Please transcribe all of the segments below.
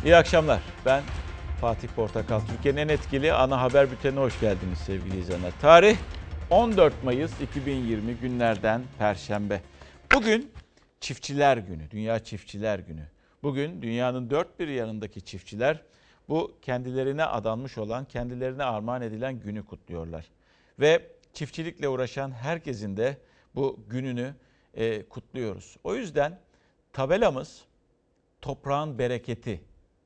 İyi akşamlar. Ben Fatih Portakal. Türkiye'nin en etkili ana haber bültenine hoş geldiniz sevgili izleyenler. Tarih 14 Mayıs 2020 günlerden Perşembe. Bugün Çiftçiler Günü, Dünya Çiftçiler Günü. Bugün dünyanın dört bir yanındaki çiftçiler bu kendilerine adanmış olan, kendilerine armağan edilen günü kutluyorlar. Ve çiftçilikle uğraşan herkesin de bu gününü kutluyoruz. O yüzden tabelamız toprağın bereketi.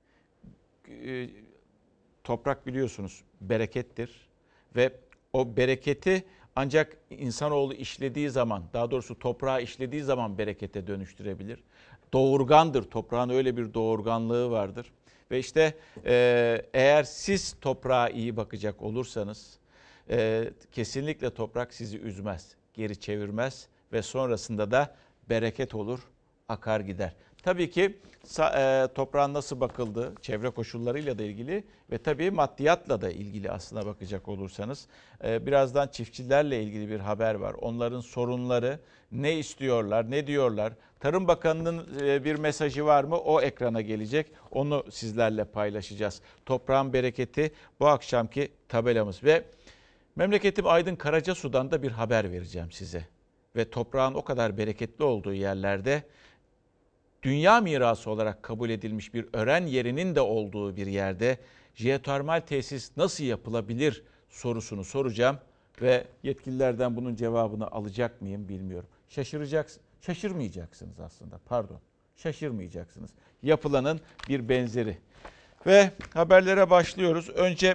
Toprak biliyorsunuz berekettir ve o bereketi ancak insanoğlu işlediği zaman, daha doğrusu toprağı işlediği zaman berekete dönüştürebilir. Doğurgandır, toprağın öyle bir doğurganlığı vardır. Ve işte eğer siz toprağa iyi bakacak olursanız kesinlikle toprak sizi üzmez, geri çevirmez ve sonrasında da bereket olur, akar gider. Tabii ki toprağın nasıl bakıldığı, çevre koşullarıyla da ilgili ve tabii maddiyatla da ilgili aslına bakacak olursanız. Birazdan çiftçilerle ilgili bir haber var. Onların sorunları, ne istiyorlar, ne diyorlar. Tarım Bakanı'nın bir mesajı var mı? O ekrana gelecek. Onu sizlerle paylaşacağız. Toprağın bereketi bu akşamki tabelamız ve memleketim Aydın Karacasu'dan da bir haber vereceğim size. Ve toprağın o kadar bereketli olduğu yerlerde dünya mirası olarak kabul edilmiş bir ören yerinin de olduğu bir yerde jeotermal tesis nasıl yapılabilir sorusunu soracağım ve yetkililerden bunun cevabını alacak mıyım bilmiyorum. Şaşırmayacaksınız aslında, pardon. Şaşırmayacaksınız. Yapılanın bir benzeri. Ve haberlere başlıyoruz. Önce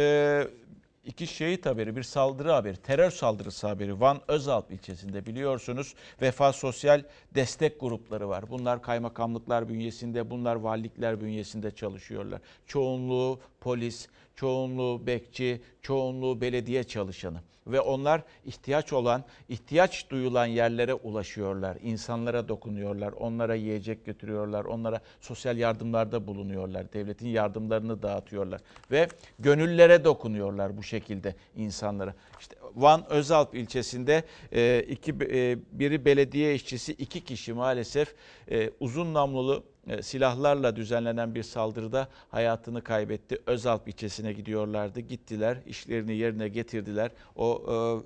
İki şehit haberi, bir saldırı haberi, terör saldırısı haberi. Van Özalp ilçesinde biliyorsunuz Vefa Sosyal Destek Grupları var. Bunlar kaymakamlıklar bünyesinde, bunlar valilikler bünyesinde çalışıyorlar. Çoğunluğu polis, çoğunluğu bekçi, çoğunluğu belediye çalışanı. Ve onlar ihtiyaç duyulan yerlere ulaşıyorlar. İnsanlara dokunuyorlar, onlara yiyecek götürüyorlar, onlara sosyal yardımlarda bulunuyorlar. Devletin yardımlarını dağıtıyorlar ve gönüllere dokunuyorlar bu şekilde insanlara. İşte Van Özalp ilçesinde biri belediye işçisi, 2 kişi maalesef uzun namlulu silahlarla düzenlenen bir saldırıda hayatını kaybetti. Özalp ilçesine gidiyorlardı. Gittiler, işlerini yerine getirdiler. O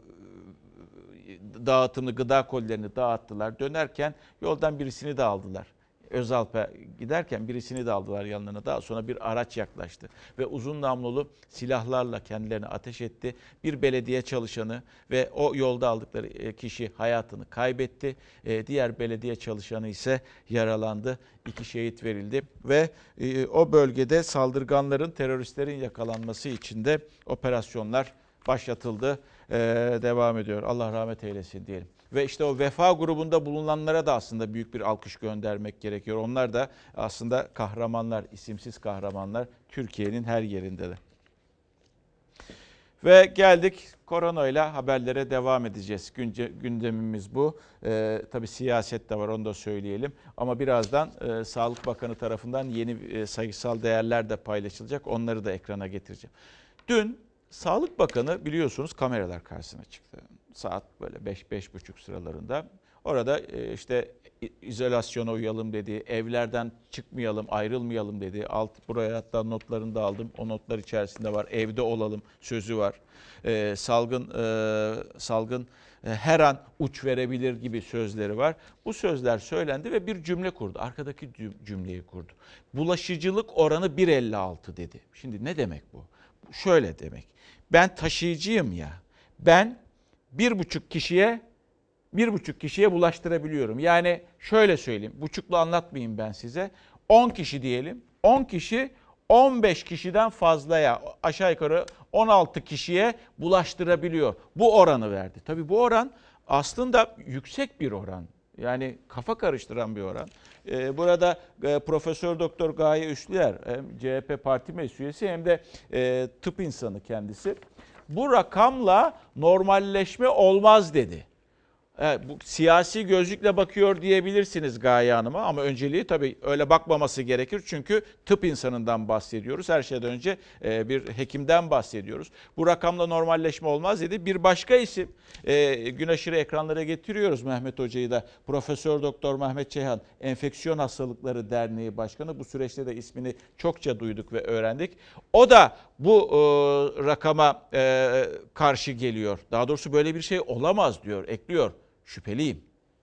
dağıtımlı gıda kolilerini dağıttılar. Dönerken yoldan birisini de aldılar. Özalp'a giderken birisini de aldılar yanlarına. Daha sonra bir araç yaklaştı ve uzun namlulu silahlarla kendilerine ateş etti. Bir belediye çalışanı ve o yolda aldıkları kişi hayatını kaybetti. Diğer belediye çalışanı ise yaralandı. 2 şehit verildi ve o bölgede saldırganların, teröristlerin yakalanması için de operasyonlar başlatıldı. Devam ediyor. Allah rahmet eylesin diyelim. Ve işte o Vefa grubunda bulunanlara da aslında büyük bir alkış göndermek gerekiyor. Onlar da aslında kahramanlar, isimsiz kahramanlar Türkiye'nin her yerinde de. Ve geldik koronayla haberlere devam edeceğiz. Gündemimiz bu. Tabii siyaset de var, onu da söyleyelim. Ama birazdan Sağlık Bakanı tarafından yeni sayısal değerler de paylaşılacak. Onları da ekrana getireceğim. Dün Sağlık Bakanı biliyorsunuz kameralar karşısına çıktı. Saat böyle 5-5.30 sıralarında. Orada işte izolasyona uyalım dedi, evlerden çıkmayalım, ayrılmayalım dedi. Buraya hatta notlarını da aldım. O notlar içerisinde var. Evde olalım sözü var. Salgın her an uç verebilir gibi sözleri var. Bu sözler söylendi ve bir cümle kurdu. Arkadaki cümleyi kurdu. Bulaşıcılık oranı 1.56 dedi. Şimdi ne demek bu? Şöyle demek. Ben taşıyıcıyım ya. Ben 1,5 kişiye bulaştırabiliyorum. Yani şöyle söyleyeyim. Buçuklu anlatmayayım ben size. 10 kişi diyelim. 10 kişi 15 kişiden fazlaya, aşağı yukarı 16 kişiye bulaştırabiliyor. Bu oranı verdi. Tabii bu oran aslında yüksek bir oran. Yani kafa karıştıran bir oran. Burada Profesör Doktor Gaye Üslüer hem CHP Parti Meclis Üyesi hem de tıp insanı kendisi. Bu rakamla normalleşme olmaz dedi. Bu siyasi gözlükle bakıyor diyebilirsiniz Gaye Hanım'a ama önceliği tabii öyle bakmaması gerekir. Çünkü tıp insanından bahsediyoruz. Her şeyden önce bir hekimden bahsediyoruz. Bu rakamla normalleşme olmaz dedi. Bir başka isim, gün aşırı ekranlara getiriyoruz Mehmet Hoca'yı da. Profesör Doktor Mehmet Ceyhan, Enfeksiyon Hastalıkları Derneği Başkanı. Bu süreçte de ismini çokça duyduk ve öğrendik. O da bu rakama karşı geliyor. Daha doğrusu böyle bir şey olamaz diyor, ekliyor. Şüpheliyim.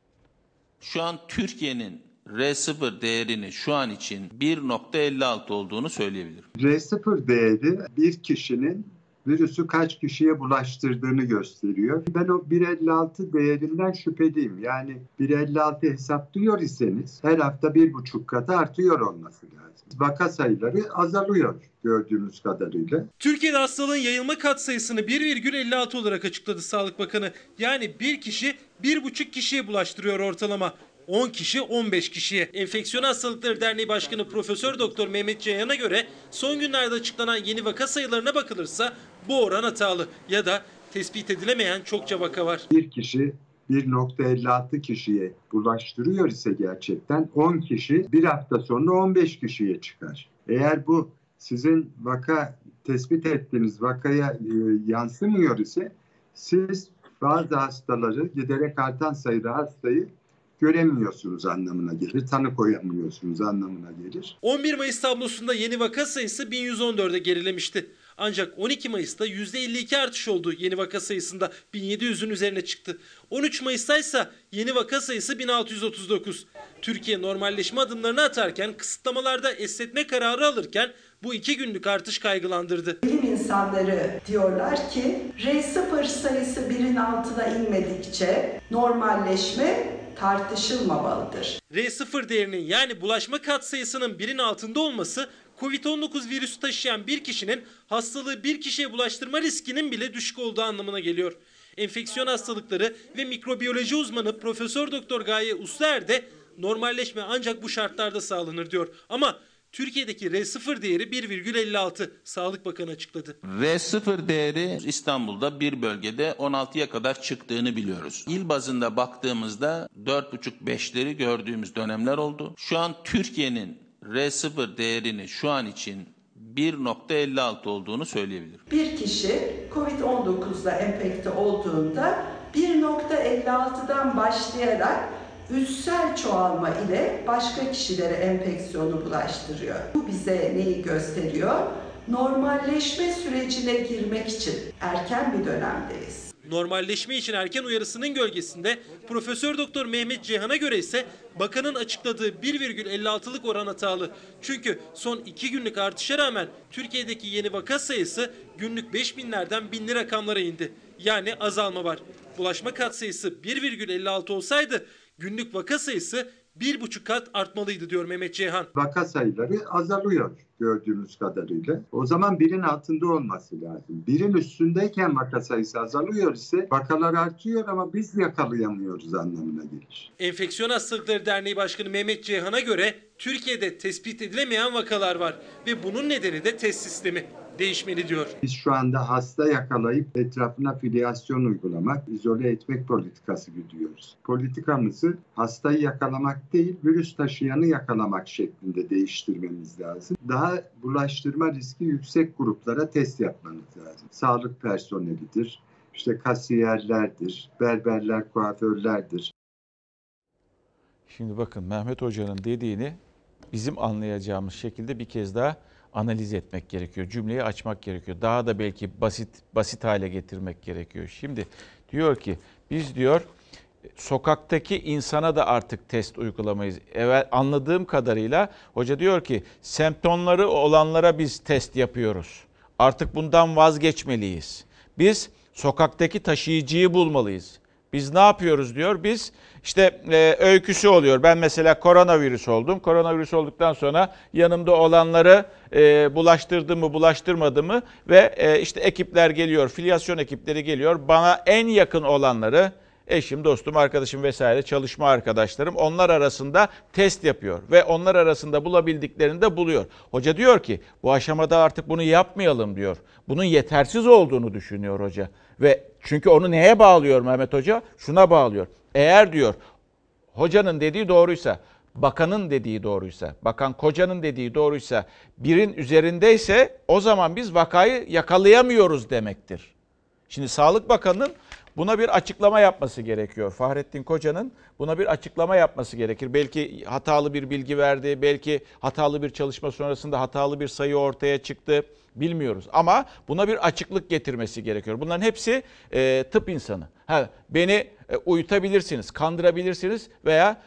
Şu an Türkiye'nin R0 değerini şu an için 1.56 olduğunu söyleyebilirim. R0 değeri bir kişinin virüsü kaç kişiye bulaştırdığını gösteriyor. Ben o 1.56 değerinden şüpheliyim. Yani 1.56 hesaplıyor iseniz her hafta 1,5 katı artıyor olması lazım. Vaka sayıları azalıyor gördüğümüz kadarıyla. Türkiye'de hastalığın yayılma katsayısını 1,56 olarak açıkladı Sağlık Bakanı. Yani bir kişi 1,5 kişiye bulaştırıyor ortalama. 10 kişi 15 kişiye. Enfeksiyon Hastalıkları Derneği Başkanı Profesör Doktor Mehmet Ceyhan'a göre son günlerde açıklanan yeni vaka sayılarına bakılırsa bu oran hatalı ya da tespit edilemeyen çokça vaka var. Bir kişi 1.56 kişiye bulaştırıyor ise gerçekten 10 kişi bir hafta sonra 15 kişiye çıkar. Eğer bu sizin vaka tespit ettiğiniz vakaya yansımıyor ise siz bazı hastaları giderek artan sayıda hastayı göremiyorsunuz anlamına gelir. Tanı koyamıyorsunuz anlamına gelir. 11 Mayıs tablosunda yeni vaka sayısı 1114'e gerilemişti. Ancak 12 Mayıs'ta %52 artış oldu yeni vaka sayısında 1700'ün üzerine çıktı. 13 Mayıs'ta ise yeni vaka sayısı 1639. Türkiye normalleşme adımlarını atarken kısıtlamalarda esnetme kararı alırken bu 2 günlük artış kaygılandırdı. Bilim insanları diyorlar ki R0 sayısı 1'in altına inmedikçe normalleşme tartışılmamalıdır. R0 değerinin yani bulaşma katsayısının 1'in altında olması Covid-19 virüsü taşıyan bir kişinin hastalığı bir kişiye bulaştırma riskinin bile düşük olduğu anlamına geliyor. Enfeksiyon hastalıkları ve mikrobiyoloji uzmanı Profesör Doktor Gaye Usluer de normalleşme ancak bu şartlarda sağlanır diyor. Ama Türkiye'deki R0 değeri 1,56 Sağlık Bakanı açıkladı. R0 değeri İstanbul'da bir bölgede 16'ya kadar çıktığını biliyoruz. İl bazında baktığımızda 4,5-5'leri gördüğümüz dönemler oldu. Şu an Türkiye'nin R0 değerini şu an için 1.56 olduğunu söyleyebilirim. Bir kişi Covid-19'la enfekte olduğunda 1.56'dan başlayarak üssel çoğalma ile başka kişilere enfeksiyonu bulaştırıyor. Bu bize neyi gösteriyor? Normalleşme sürecine girmek için erken bir dönemdeyiz. Normalleşme için erken uyarısının gölgesinde Profesör Doktor Mehmet Ceyhan'a göre ise bakanın açıkladığı 1,56'lık oran hatalı. Çünkü son 2 günlük artışa rağmen Türkiye'deki yeni vaka sayısı günlük 5000'lerden 1000'li rakamlara indi. Yani azalma var. Bulaşma katsayısı 1,56 olsaydı günlük vaka sayısı 1,5 kat artmalıydı diyor Mehmet Ceyhan. Vaka sayıları azalıyor gördüğümüz kadarıyla. O zaman 1'in altında olması lazım. 1'in üstündeyken vaka sayısı azalıyor ise vakalar artıyor ama biz yakalayamıyoruz anlamına gelir. Enfeksiyon Hastalıkları Derneği Başkanı Mehmet Ceyhan'a göre Türkiye'de tespit edilemeyen vakalar var ve bunun nedeni de test sistemi. Değişmeli diyor. Biz şu anda hasta yakalayıp etrafına filyasyon uygulamak, izole etmek politikası gidiyoruz. Politikamızı hastayı yakalamak değil, virüs taşıyanı yakalamak şeklinde değiştirmemiz lazım. Daha bulaştırma riski yüksek gruplara test yapmanız lazım. Sağlık personelidir, işte kasiyerlerdir, berberler, kuaförlerdir. Şimdi bakın Mehmet Hoca'nın dediğini bizim anlayacağımız şekilde bir kez daha analiz etmek gerekiyor. Cümleyi açmak gerekiyor. Daha da belki basit hale getirmek gerekiyor. Şimdi diyor ki biz diyor sokaktaki insana da artık test uygulamayız. Evet, anladığım kadarıyla hoca diyor ki semptomları olanlara biz test yapıyoruz. Artık bundan vazgeçmeliyiz. Biz sokaktaki taşıyıcıyı bulmalıyız. Biz ne yapıyoruz diyor. Biz işte öyküsü oluyor. Ben mesela koronavirüs oldum. Koronavirüs olduktan sonra yanımda olanları bulaştırdı mı bulaştırmadı mı ve işte ekipler geliyor. Filyasyon ekipleri geliyor. Bana en yakın olanları eşim, dostum, arkadaşım vesaire çalışma arkadaşlarım onlar arasında test yapıyor. Ve onlar arasında bulabildiklerini de buluyor. Hoca diyor ki bu aşamada artık bunu yapmayalım diyor. Bunun yetersiz olduğunu düşünüyor hoca. Ve çünkü onu neye bağlıyor Mehmet Hoca? Şuna bağlıyor. Eğer diyor hocanın dediği doğruysa, bakanın dediği doğruysa, bakan Koca'nın dediği doğruysa, birin üzerindeyse o zaman biz vakayı yakalayamıyoruz demektir. Şimdi Sağlık Bakanı'nın buna bir açıklama yapması gerekiyor. Fahrettin Koca'nın buna bir açıklama yapması gerekir. Belki hatalı bir bilgi verdi, belki hatalı bir çalışma sonrasında hatalı bir sayı ortaya çıktı. Bilmiyoruz ama buna bir açıklık getirmesi gerekiyor. Bunların hepsi tıp insanı. Beni uyutabilirsiniz, kandırabilirsiniz veya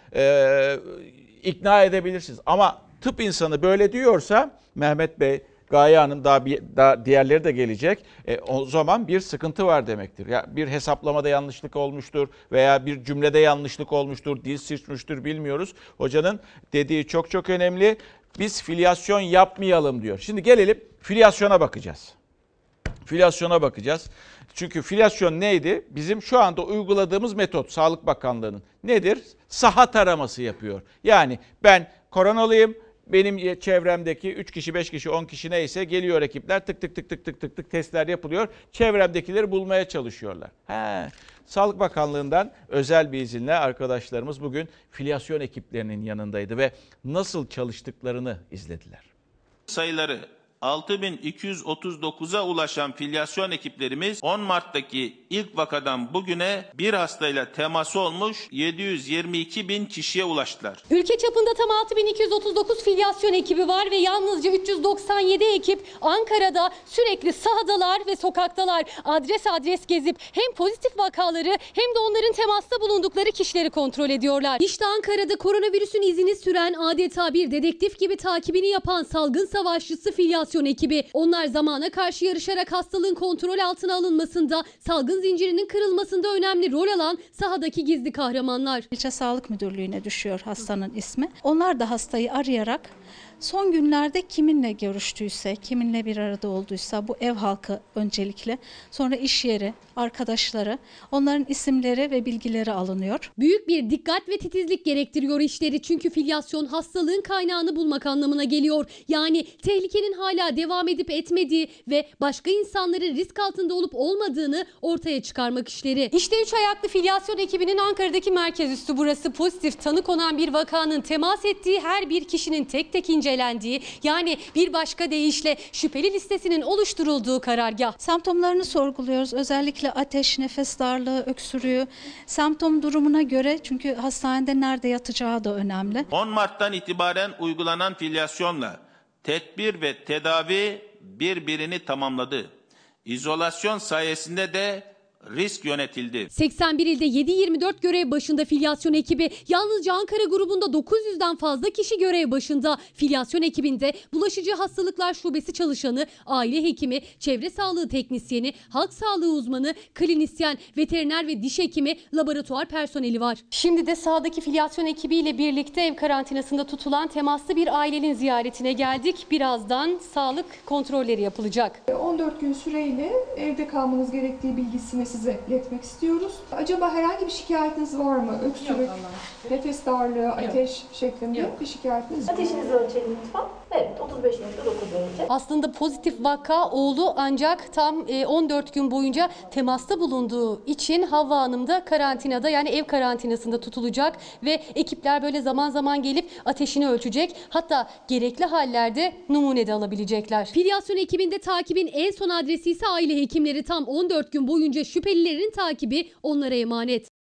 ikna edebilirsiniz. Ama tıp insanı böyle diyorsa Mehmet Bey, Gaye Hanım daha diğerleri de gelecek. O zaman bir sıkıntı var demektir. Ya bir hesaplamada yanlışlık olmuştur veya bir cümlede yanlışlık olmuştur, dil sıçmıştır bilmiyoruz. Hocanın dediği çok çok önemli. Biz filyasyon yapmayalım diyor. Şimdi gelelim filyasyona bakacağız. Filyasyona bakacağız. Çünkü filyasyon neydi? Bizim şu anda uyguladığımız metot Sağlık Bakanlığı'nın nedir? Saha taraması yapıyor. Yani ben koronalıyım. Benim çevremdeki 3 kişi, 5 kişi, 10 kişi neyse geliyor ekipler tık tık tık tık tık tık tık testler yapılıyor. Çevremdekileri bulmaya çalışıyorlar. Sağlık Bakanlığı'ndan özel bir izinle arkadaşlarımız bugün filyasyon ekiplerinin yanındaydı ve nasıl çalıştıklarını izlediler. Sayıları 6.239'a ulaşan filyasyon ekiplerimiz 10 Mart'taki ilk vakadan bugüne bir hastayla teması olmuş 722.000 kişiye ulaştılar. Ülke çapında tam 6.239 filyasyon ekibi var ve yalnızca 397 ekip Ankara'da sürekli sahadalar ve sokaktalar. Adres adres gezip hem pozitif vakaları hem de onların temasta bulundukları kişileri kontrol ediyorlar. İşte Ankara'da koronavirüsün izini süren, adeta bir dedektif gibi takibini yapan salgın savaşçısı filyasyon ekibi. Onlar zamana karşı yarışarak hastalığın kontrol altına alınmasında, salgın zincirinin kırılmasında önemli rol alan sahadaki gizli kahramanlar. İlçe Sağlık Müdürlüğü'ne düşüyor hastanın ismi. Onlar da hastayı arayarak son günlerde kiminle görüştüyse, kiminle bir arada olduysa, bu ev halkı öncelikle, sonra iş yeri, arkadaşları, onların isimleri ve bilgileri alınıyor. Büyük bir dikkat ve titizlik gerektiriyor işleri, çünkü filyasyon hastalığın kaynağını bulmak anlamına geliyor. Yani tehlikenin hala devam edip etmediği ve başka insanların risk altında olup olmadığını ortaya çıkarmak işleri. İşte 3 ayaklı filyasyon ekibinin Ankara'daki merkez üssü burası. Pozitif tanı konan bir vakanın temas ettiği her bir kişinin tek tek incelendiği, yani bir başka deyişle şüpheli listesinin oluşturulduğu karargah. Semptomlarını sorguluyoruz. Özellikle ateş, nefes darlığı, öksürüğü, semptom durumuna göre, çünkü hastanede nerede yatacağı da önemli. 10 Mart'tan itibaren uygulanan filyasyonla tedbir ve tedavi birbirini tamamladı. İzolasyon sayesinde de risk yönetildi. 81 ilde 7/24 görev başında filyasyon ekibi. Yalnızca Ankara grubunda 900'den fazla kişi görev başında. Filyasyon ekibinde bulaşıcı hastalıklar şubesi çalışanı, aile hekimi, çevre sağlığı teknisyeni, halk sağlığı uzmanı, klinisyen, veteriner ve diş hekimi, laboratuvar personeli var. Şimdi de sahadaki filyasyon ekibiyle birlikte ev karantinasında tutulan temaslı bir ailenin ziyaretine geldik. Birazdan sağlık kontrolleri yapılacak. 14 gün süreyle evde kalmanız gerektiği bilgisini size iletmek istiyoruz. Acaba herhangi bir şikayetiniz var mı? Öksürük, nefes darlığı, ateş şeklinde bir şikayetiniz var mı? Ateşinizi ölçelim lütfen. Evet, 35.9 derece. Aslında pozitif vaka oğlu, ancak tam 14 gün boyunca temasta bulunduğu için Havva Hanım da karantinada, yani ev karantinasında tutulacak ve ekipler böyle zaman zaman gelip ateşini ölçecek. Hatta gerekli hallerde numune de alabilecekler. Filyasyon ekibinde takibin en son adresi ise aile hekimleri. Tam 14 gün boyunca şüphelilerin takibi onlara emanet.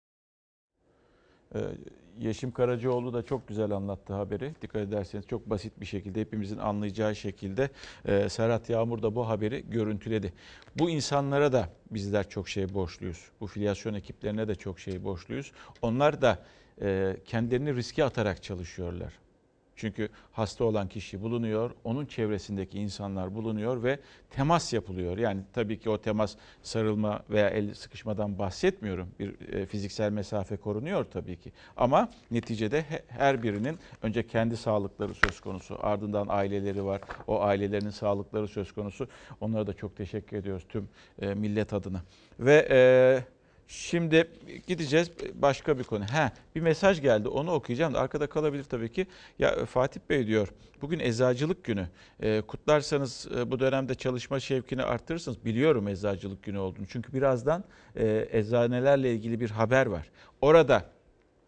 Yeşim Karacaoğlu da çok güzel anlattı haberi. Dikkat ederseniz çok basit bir şekilde, hepimizin anlayacağı şekilde Serhat Yağmur da bu haberi görüntüledi. Bu insanlara da bizler çok şey borçluyuz. Bu filyasyon ekiplerine de çok şey borçluyuz. Onlar da kendilerini riske atarak çalışıyorlar. Çünkü hasta olan kişi bulunuyor, onun çevresindeki insanlar bulunuyor ve temas yapılıyor. Yani tabii ki o temas sarılma veya el sıkışmadan bahsetmiyorum. Bir fiziksel mesafe korunuyor tabii ki. Ama neticede her birinin önce kendi sağlıkları söz konusu, ardından aileleri var. O ailelerin sağlıkları söz konusu. Onlara da çok teşekkür ediyoruz tüm millet adına. Ve şimdi gideceğiz başka bir konu. Bir mesaj geldi, onu okuyacağım da arkada kalabilir tabii ki. Ya Fatih Bey diyor, bugün eczacılık günü. Kutlarsanız bu dönemde çalışma şevkini arttırırsınız. Biliyorum eczacılık günü olduğunu. Çünkü birazdan eczanelerle ilgili bir haber var. Orada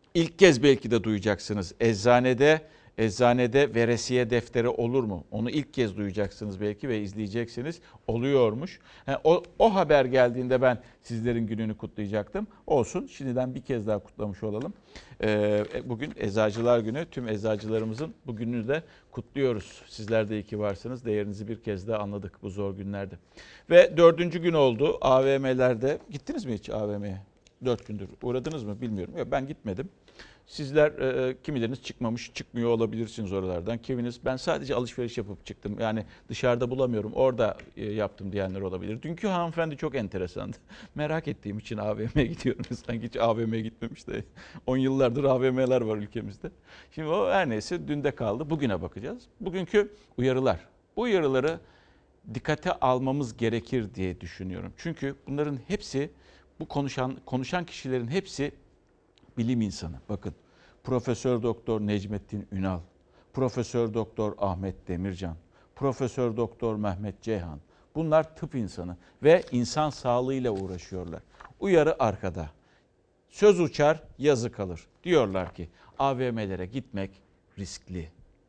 İlk kez belki de duyacaksınız. Eczanede veresiye defteri olur mu? Onu ilk kez duyacaksınız belki ve izleyeceksiniz. Oluyormuş. O haber geldiğinde ben sizlerin gününü kutlayacaktım. Olsun. Şimdiden bir kez daha kutlamış olalım. Bugün Eczacılar Günü. Tüm eczacılarımızın bugününü de kutluyoruz. Sizler de iyi ki varsınız. Değerinizi bir kez daha anladık bu zor günlerde. Ve 4. gün oldu AVM'lerde. Gittiniz mi hiç AVM'ye? 4 gündür uğradınız mı bilmiyorum. Ya ben gitmedim. Sizler kimileriniz çıkmamış, çıkmıyor olabilirsiniz oralardan. Kiminiz ben sadece alışveriş yapıp çıktım. Yani dışarıda bulamıyorum, orada yaptım diyenler olabilir. Dünkü hanımefendi çok enteresandı. Merak ettiğim için AVM'ye gidiyorum. Sanki hiç AVM'ye gitmemiş de 10 yıllardır AVM'ler var ülkemizde. Şimdi o her neyse dünde kaldı. Bugüne bakacağız. Bugünkü uyarılar. Bu uyarıları dikkate almamız gerekir diye düşünüyorum. Çünkü bunların hepsi, bu konuşan kişilerin hepsi bilim insanı. Bakın, Profesör Doktor Necmettin Ünal, Profesör Doktor Ahmet Demircan, Profesör Doktor Mehmet Ceyhan. Bunlar tıp insanı ve insan sağlığıyla uğraşıyorlar. Uyarı arkada. Söz uçar, yazı kalır. Diyorlar ki AVM'lere gitmek riskli.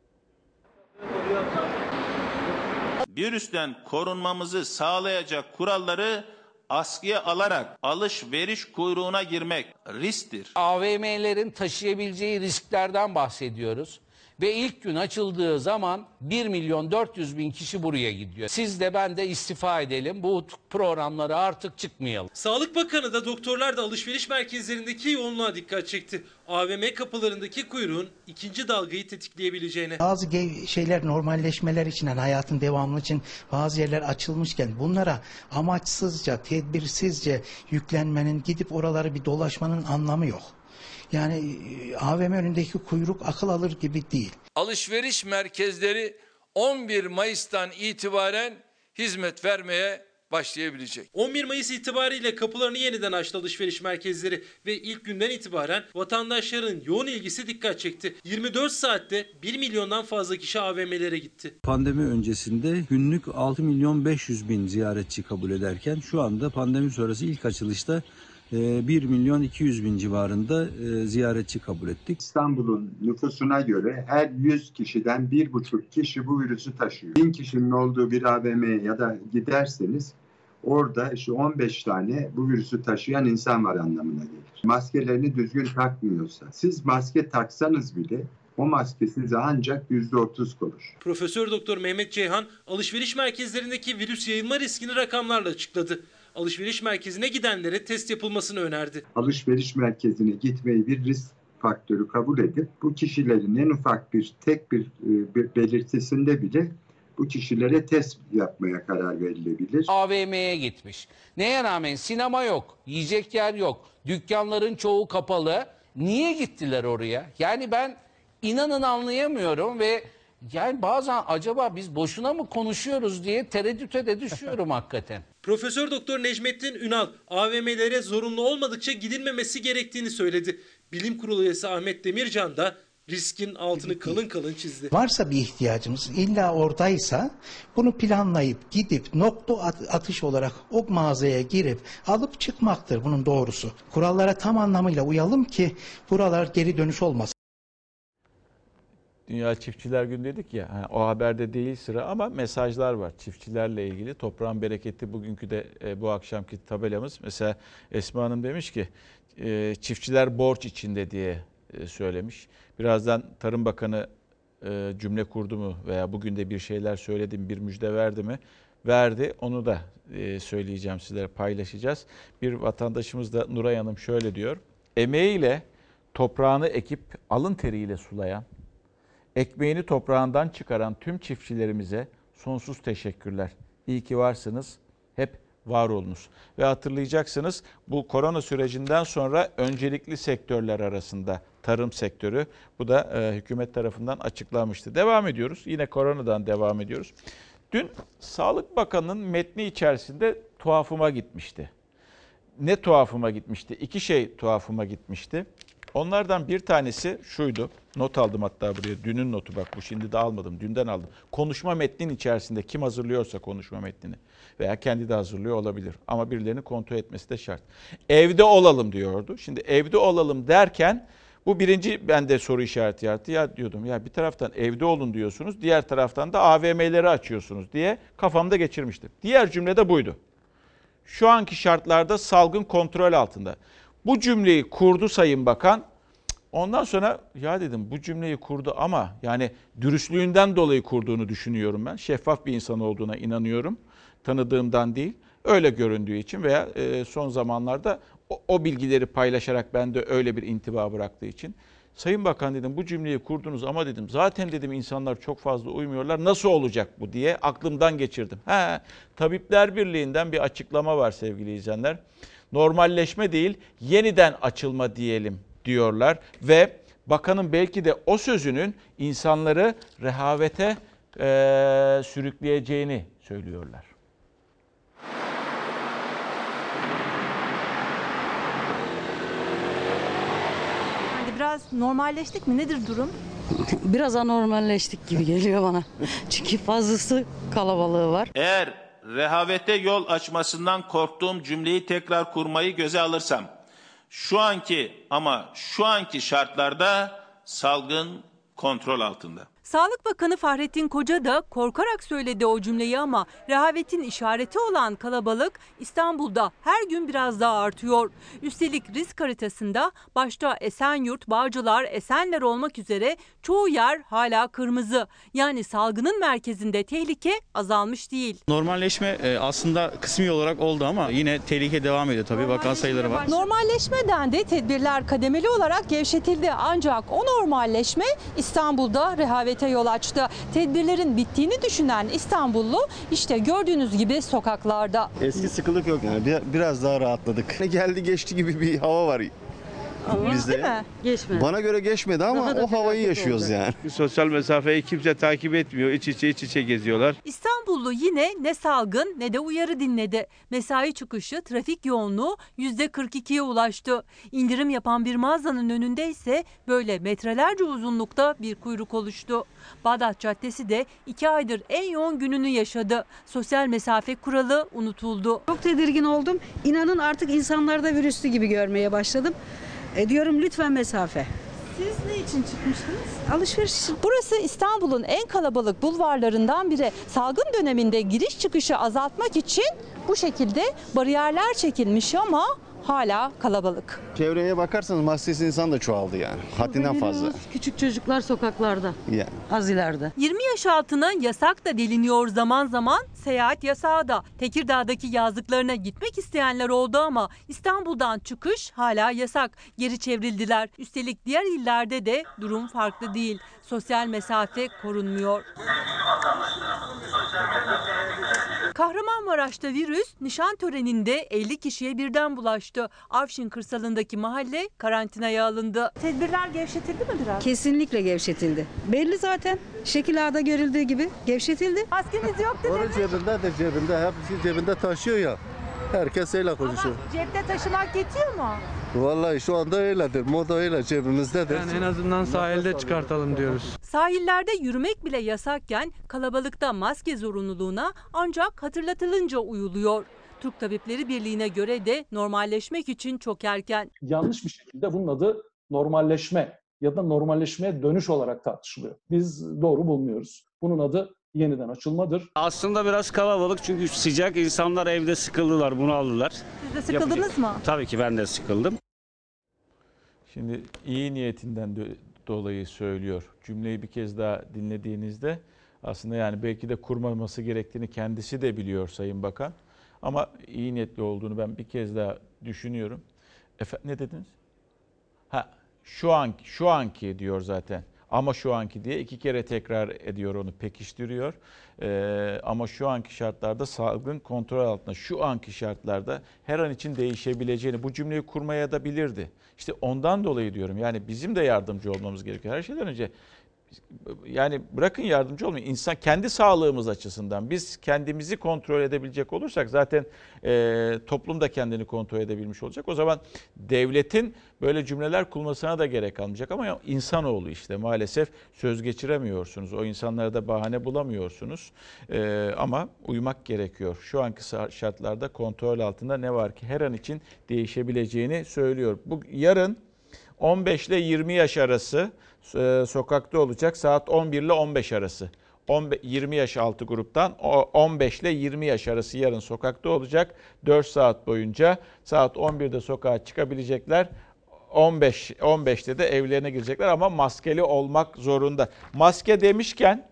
Virüsten korunmamızı sağlayacak kuralları askıya alarak alışveriş kuyruğuna girmek risktir. AVM'lerin taşıyabileceği risklerden bahsediyoruz. Ve ilk gün açıldığı zaman 1.400.000 kişi buraya gidiyor. Siz de ben de istifa edelim. Bu programlara artık çıkmayalım. Sağlık Bakanı da doktorlar da alışveriş merkezlerindeki yoğunluğa dikkat çekti. AVM kapılarındaki kuyruğun ikinci dalgayı tetikleyebileceğine. Bazı şeyler normalleşmeler için, yani hayatın devamı için bazı yerler açılmışken bunlara amaçsızca, tedbirsizce yüklenmenin, gidip oraları bir dolaşmanın anlamı yok. Yani AVM önündeki kuyruk akıl alır gibi değil. Alışveriş merkezleri 11 Mayıs'tan itibaren hizmet vermeye başlayabilecek. 11 Mayıs itibariyle kapılarını yeniden açtı alışveriş merkezleri ve ilk günden itibaren vatandaşların yoğun ilgisi dikkat çekti. 24 saatte 1 milyondan fazla kişi AVM'lere gitti. Pandemi öncesinde günlük 6.500.000 ziyaretçi kabul ederken şu anda pandemi sonrası ilk açılışta 1.200.000 civarında ziyaretçi kabul ettik. İstanbul'un nüfusuna göre her 100 kişiden 1,5 kişi bu virüsü taşıyor. 1000 kişinin olduğu bir AVM'ye ya da giderseniz orada işte 15 tane bu virüsü taşıyan insan var anlamına gelir. Maskelerini düzgün takmıyorsa, siz maske taksanız bile o maske size ancak %30 korur. Profesör Doktor Mehmet Ceyhan alışveriş merkezlerindeki virüs yayılma riskini rakamlarla açıkladı. Alışveriş merkezine gidenlere test yapılmasını önerdi. Alışveriş merkezine gitmeyi bir risk faktörü kabul edip bu kişilerin en ufak bir belirtisinde bile bu kişilere test yapmaya karar verilebilir. AVM'ye gitmiş. Neye rağmen sinema yok, yiyecek yer yok, dükkanların çoğu kapalı. Niye gittiler oraya? Yani ben inanın anlayamıyorum ve yani bazen acaba biz boşuna mı konuşuyoruz diye tereddüte de düşüyorum hakikaten. Profesör Doktor Necmettin Ünal AVM'lere zorunlu olmadıkça gidilmemesi gerektiğini söyledi. Bilim Kurulu üyesi Ahmet Demircan da riskin altını kalın kalın çizdi. Varsa bir ihtiyacımız, illa oradaysa bunu planlayıp gidip nokta atış olarak o mağazaya girip alıp çıkmaktır bunun doğrusu. Kurallara tam anlamıyla uyalım ki buralar geri dönüş olmasın. Dünya Çiftçiler Günü dedik ya, o haberde değil sıra ama mesajlar var çiftçilerle ilgili. Toprağın bereketi bugünkü de bu akşamki tabelamız. Mesela Esma Hanım demiş ki çiftçiler borç içinde diye söylemiş. Birazdan Tarım Bakanı cümle kurdu mu veya bugün de bir şeyler söyledi mi, bir müjde verdi mi? Verdi. Onu da söyleyeceğim, sizlere paylaşacağız. Bir vatandaşımız da Nuray Hanım şöyle diyor. Emeğiyle toprağını ekip alın teriyle sulayan, ekmeğini toprağından çıkaran tüm çiftçilerimize sonsuz teşekkürler. İyi ki varsınız, hep var olunuz. Ve hatırlayacaksınız bu korona sürecinden sonra öncelikli sektörler arasında tarım sektörü. Bu da hükümet tarafından açıklanmıştı. Devam ediyoruz. Yine koronadan devam ediyoruz. Dün Sağlık Bakanı'nın metni içerisinde tuhafıma gitmişti. Ne tuhafıma gitmişti? İki şey tuhafıma gitmişti. Onlardan bir tanesi şuydu. Not aldım hatta buraya. Dünün notu bak, bu şimdi de almadım. Dünden aldım. Konuşma metnin içerisinde kim hazırlıyorsa konuşma metnini veya kendi de hazırlıyor olabilir. Ama birilerini kontrol etmesi de şart. Evde olalım diyordu. Şimdi evde olalım derken Bu birinci bende soru işareti yarattı. Ya diyordum ya bir taraftan evde olun diyorsunuz, diğer taraftan da AVM'leri açıyorsunuz diye kafamda geçirmiştim. Diğer cümle de buydu. Şu anki şartlarda salgın kontrol altında. Bu cümleyi kurdu Sayın Bakan. Ondan sonra ya dedim bu cümleyi kurdu ama yani dürüstlüğünden dolayı kurduğunu düşünüyorum ben. Şeffaf bir insan olduğuna inanıyorum. Tanıdığımdan değil. Öyle göründüğü için veya son zamanlarda o bilgileri paylaşarak bende öyle bir intiba bıraktığı için. Sayın Bakan dedim bu cümleyi kurdunuz ama dedim zaten dedim insanlar çok fazla uymuyorlar. Nasıl olacak bu diye aklımdan geçirdim. Tabipler Birliği'nden bir açıklama var sevgili izleyenler. Normalleşme değil yeniden açılma diyelim diyorlar ve bakanın belki de o sözünün insanları rehavete sürükleyeceğini söylüyorlar. Biraz normalleştik mi? Nedir durum? Biraz anormalleştik gibi geliyor bana. Çünkü fazlası kalabalığı var. Eğer rehavete yol açmasından korktuğum cümleyi tekrar kurmayı göze alırsam, şu anki şartlarda salgın kontrol altında. Sağlık Bakanı Fahrettin Koca da korkarak söyledi o cümleyi ama rehavetin işareti olan kalabalık İstanbul'da her gün biraz daha artıyor. Üstelik risk haritasında başta Esenyurt, Bağcılar, Esenler olmak üzere çoğu yer hala kırmızı. Yani salgının merkezinde tehlike azalmış değil. Normalleşme aslında kısmi olarak oldu ama yine tehlike devam ediyor tabii. Vaka sayıları var. Normalleşmeden de tedbirler kademeli olarak gevşetildi ancak o normalleşme İstanbul'da rehavete yol açtı. Tedbirlerin bittiğini düşünen İstanbullu işte gördüğünüz gibi sokaklarda. Eski sıkılık yok yani biraz daha rahatladık. Geldi geçti gibi bir hava var. Bizde. Değil mi? Geçmedi. Bana göre geçmedi ama o havayı yaşıyoruz yani. Sosyal mesafeyi kimse takip etmiyor. İç içe geziyorlar. İstanbullu yine ne salgın ne de uyarı dinledi. Mesai çıkışı trafik yoğunluğu %42'ye ulaştı. İndirim yapan bir mağazanın önünde ise böyle metrelerce uzunlukta bir kuyruk oluştu. Bağdat Caddesi de 2 aydır en yoğun gününü yaşadı. Sosyal mesafe kuralı unutuldu. Çok tedirgin oldum. İnanın artık insanlarda virüslü gibi görmeye başladım. Diyorum lütfen mesafe. Siz ne için çıkmıştınız? Alışveriş için. Burası İstanbul'un en kalabalık bulvarlarından biri. Salgın döneminde giriş çıkışı azaltmak için bu şekilde bariyerler çekilmiş ama hala kalabalık. Çevreye bakarsanız maskesiz insan da çoğaldı yani. Haddinden fazla. Küçük çocuklar sokaklarda. Yani. Az ileride. 20 yaş altına yasak da deliniyor zaman zaman. Seyahat yasağı da. Tekirdağ'daki yazlıklarına gitmek isteyenler oldu ama İstanbul'dan çıkış hala yasak. Geri çevrildiler. Üstelik diğer illerde de durum farklı değil. Sosyal mesafe korunmuyor. Kahramanmaraş'ta virüs nişan töreninde 50 kişiye birden bulaştı. Afşin kırsalındaki mahalle karantinaya alındı. Tedbirler gevşetildi mi biraz? Kesinlikle gevşetildi. Belli zaten. Şekil A'da görüldüğü gibi gevşetildi. Maskeniz yok dedi. Onun cebinde hepsi cebinde taşıyor ya. Herkes öyle konuşuyor. Ama cepte taşımak yetiyor mu? Vallahi şu anda öyledir. Moda öyle cebimizdedir. Yani en azından sahilde çıkartalım diyoruz. Sahillerde yürümek bile yasakken kalabalıkta maske zorunluluğuna ancak hatırlatılınca uyuluyor. Türk Tabipleri Birliği'ne göre de normalleşmek için çok erken. Yanlış bir şekilde bunun adı normalleşme ya da normalleşmeye dönüş olarak tartışılıyor. Biz doğru bulmuyoruz. Bunun adı yeniden açılmadır. Aslında biraz kalabalık çünkü sıcak, insanlar evde sıkıldılar, bunaldılar. Siz de sıkıldınız mı? Tabii ki ben de sıkıldım. Şimdi iyi niyetinden dolayı söylüyor. Cümleyi bir kez daha dinlediğinizde aslında yani belki de kurmaması gerektiğini kendisi de biliyor Sayın Bakan. Ama iyi niyetli olduğunu ben bir kez daha düşünüyorum. Ne dediniz? Şu anki diyor zaten. Ama şu anki diye 2 kere tekrar ediyor, onu pekiştiriyor. Ama şu anki şartlarda salgın kontrol altında, şu anki şartlarda her an için değişebileceğini, bu cümleyi kurmaya da bilirdi. İşte ondan dolayı diyorum yani bizim de yardımcı olmamız gerekiyor. Her şeyden önce yani bırakın yardımcı olmayı, insan kendi sağlığımız açısından biz kendimizi kontrol edebilecek olursak zaten toplum da kendini kontrol edebilmiş olacak. O zaman devletin böyle cümleler kurmasına da gerek kalmayacak ama insanoğlu işte maalesef söz geçiremiyorsunuz. O insanlara da bahane bulamıyorsunuz ama uymak gerekiyor. Şu anki şartlarda kontrol altında ne var ki her an için değişebileceğini söylüyor. Bu yarın 15 ile 20 yaş arası sokakta olacak. Saat 11 ile 15 arası. 20 yaş altı gruptan 15 ile 20 yaş arası yarın sokakta olacak. 4 saat boyunca saat 11'de sokağa çıkabilecekler. 15'te de evlerine girecekler ama maskeli olmak zorunda. Maske demişken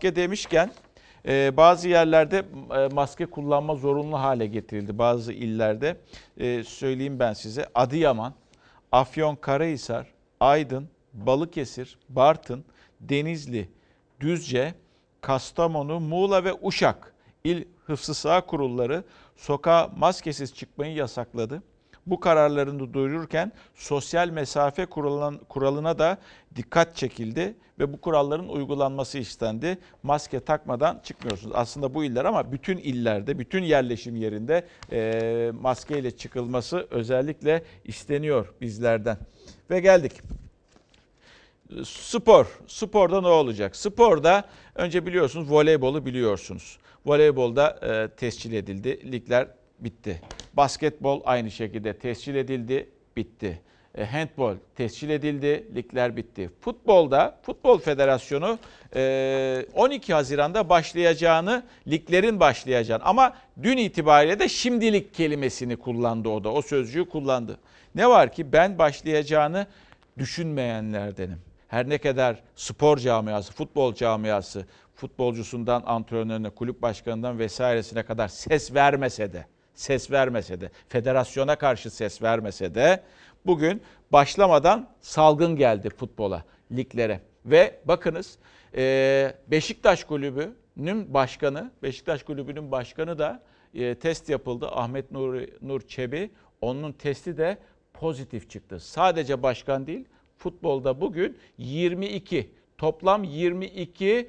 bazı yerlerde maske kullanma zorunlu hale getirildi. Bazı illerde söyleyeyim ben size. Adıyaman, Afyonkarahisar, Aydın, Balıkesir, Bartın, Denizli, Düzce, Kastamonu, Muğla ve Uşak İl Hıfzı Sıha Kurulları sokağa maskesiz çıkmayı yasakladı. Bu kararlarını duyururken sosyal mesafe kuralına da dikkat çekildi ve bu kuralların uygulanması istendi. Maske takmadan çıkmıyorsunuz. Aslında bu iller ama bütün illerde, bütün yerleşim yerinde maskeyle çıkılması özellikle isteniyor bizlerden. Ve geldik. Sporda ne olacak? Sporda önce biliyorsunuz voleybolu biliyorsunuz. Voleybolda tescil edildi. Ligler bitti. Basketbol aynı şekilde tescil edildi, bitti. Handbol tescil edildi, ligler bitti. Futbolda, Futbol Federasyonu 12 Haziran'da başlayacağını, liglerin başlayacağını ama dün itibariyle de şimdilik kelimesini kullandı o da, o sözcüğü kullandı. Ne var ki ben başlayacağını düşünmeyenlerdenim. Her ne kadar spor camiası, futbol camiası, futbolcusundan antrenörüne, kulüp başkanından vesairesine kadar ses vermese de, federasyona karşı ses vermese de bugün başlamadan salgın geldi futbola, liglere. Ve bakınız Beşiktaş Kulübü'nün başkanı da test yapıldı. Ahmet Nur Çebi, onun testi de pozitif çıktı. Sadece başkan değil, futbolda bugün toplam 22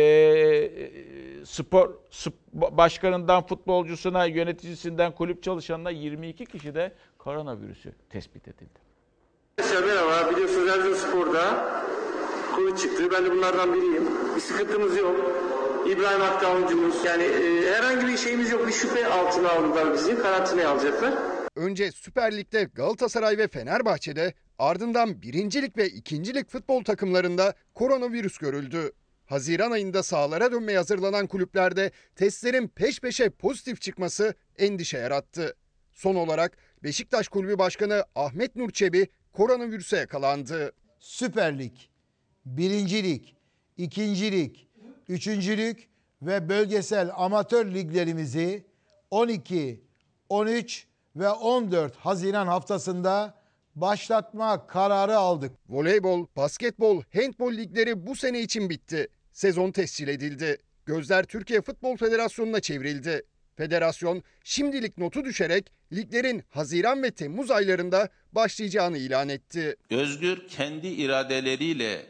spor başkanından futbolcusuna, yöneticisinden kulüp çalışanına 22 kişi de koronavirüsü tespit edildi. Merhaba, biliyorsunuz Erzurumspor'da Covid çıktı. Ben de bunlardan biriyim. Bir sıkıntımız yok. İbrahim Akta oyuncumuz. Yani herhangi bir şeyimiz yok. Bir şüphe altına aldılar bizi. Karantinaya alacaklar. Önce Süper Lig'de Galatasaray ve Fenerbahçe'de, ardından 1. Lig ve 2. Lig futbol takımlarında koronavirüs görüldü. Haziran ayında sahalara dönmeye hazırlanan kulüplerde testlerin peş peşe pozitif çıkması endişe yarattı. Son olarak Beşiktaş Kulübü Başkanı Ahmet Nur Çebi koronavirüse yakalandı. Süper Lig, 1. Lig, 2. Lig, 3. Lig ve bölgesel amatör liglerimizi 12, 13 ve 14 Haziran haftasında başlatma kararı aldık. Voleybol, basketbol, handbol ligleri bu sene için bitti. Sezon tescil edildi. Gözler Türkiye Futbol Federasyonu'na çevrildi. Federasyon şimdilik notu düşerek liglerin Haziran ve Temmuz aylarında başlayacağını ilan etti. Özgür kendi iradeleriyle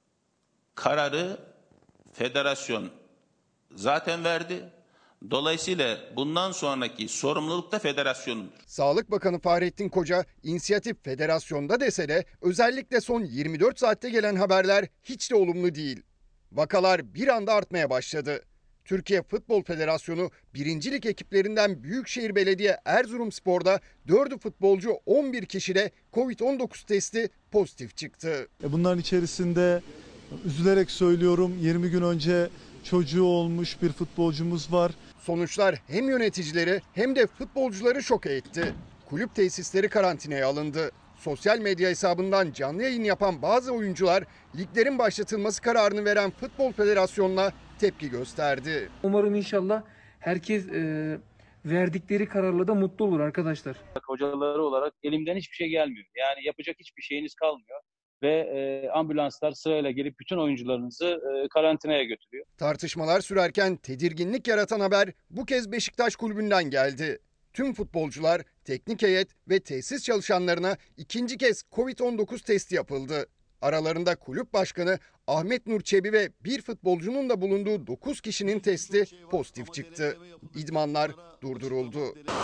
kararı federasyon zaten verdi. Dolayısıyla bundan sonraki sorumluluk da federasyonundur. Sağlık Bakanı Fahrettin Koca inisiyatif federasyonda dese de özellikle son 24 saatte gelen haberler hiç de olumlu değil. Vakalar bir anda artmaya başladı. Türkiye Futbol Federasyonu 1. Lig ekiplerinden Büyükşehir Belediye Erzurumspor'da 4'ü futbolcu 11 kişide Covid-19 testi pozitif çıktı. Bunların içerisinde üzülerek söylüyorum 20 gün önce çocuğu olmuş bir futbolcumuz var. Sonuçlar hem yöneticileri hem de futbolcuları şoke etti. Kulüp tesisleri karantinaya alındı. Sosyal medya hesabından canlı yayın yapan bazı oyuncular liglerin başlatılması kararını veren Futbol Federasyonu'na tepki gösterdi. Umarım inşallah herkes verdikleri kararla da mutlu olur arkadaşlar. Hocaları olarak elimden hiçbir şey gelmiyor. Yani yapacak hiçbir şeyiniz kalmıyor. Ve ambulanslar sırayla gelip bütün oyuncularınızı karantinaya götürüyor. Tartışmalar sürerken tedirginlik yaratan haber bu kez Beşiktaş Kulübü'nden geldi. Tüm futbolcular, teknik heyet ve tesis çalışanlarına ikinci kez Covid-19 testi yapıldı. Aralarında kulüp başkanı Ahmet Nur Çebi ve bir futbolcunun da bulunduğu 9 kişinin testi pozitif çıktı. İdmanlar durduruldu.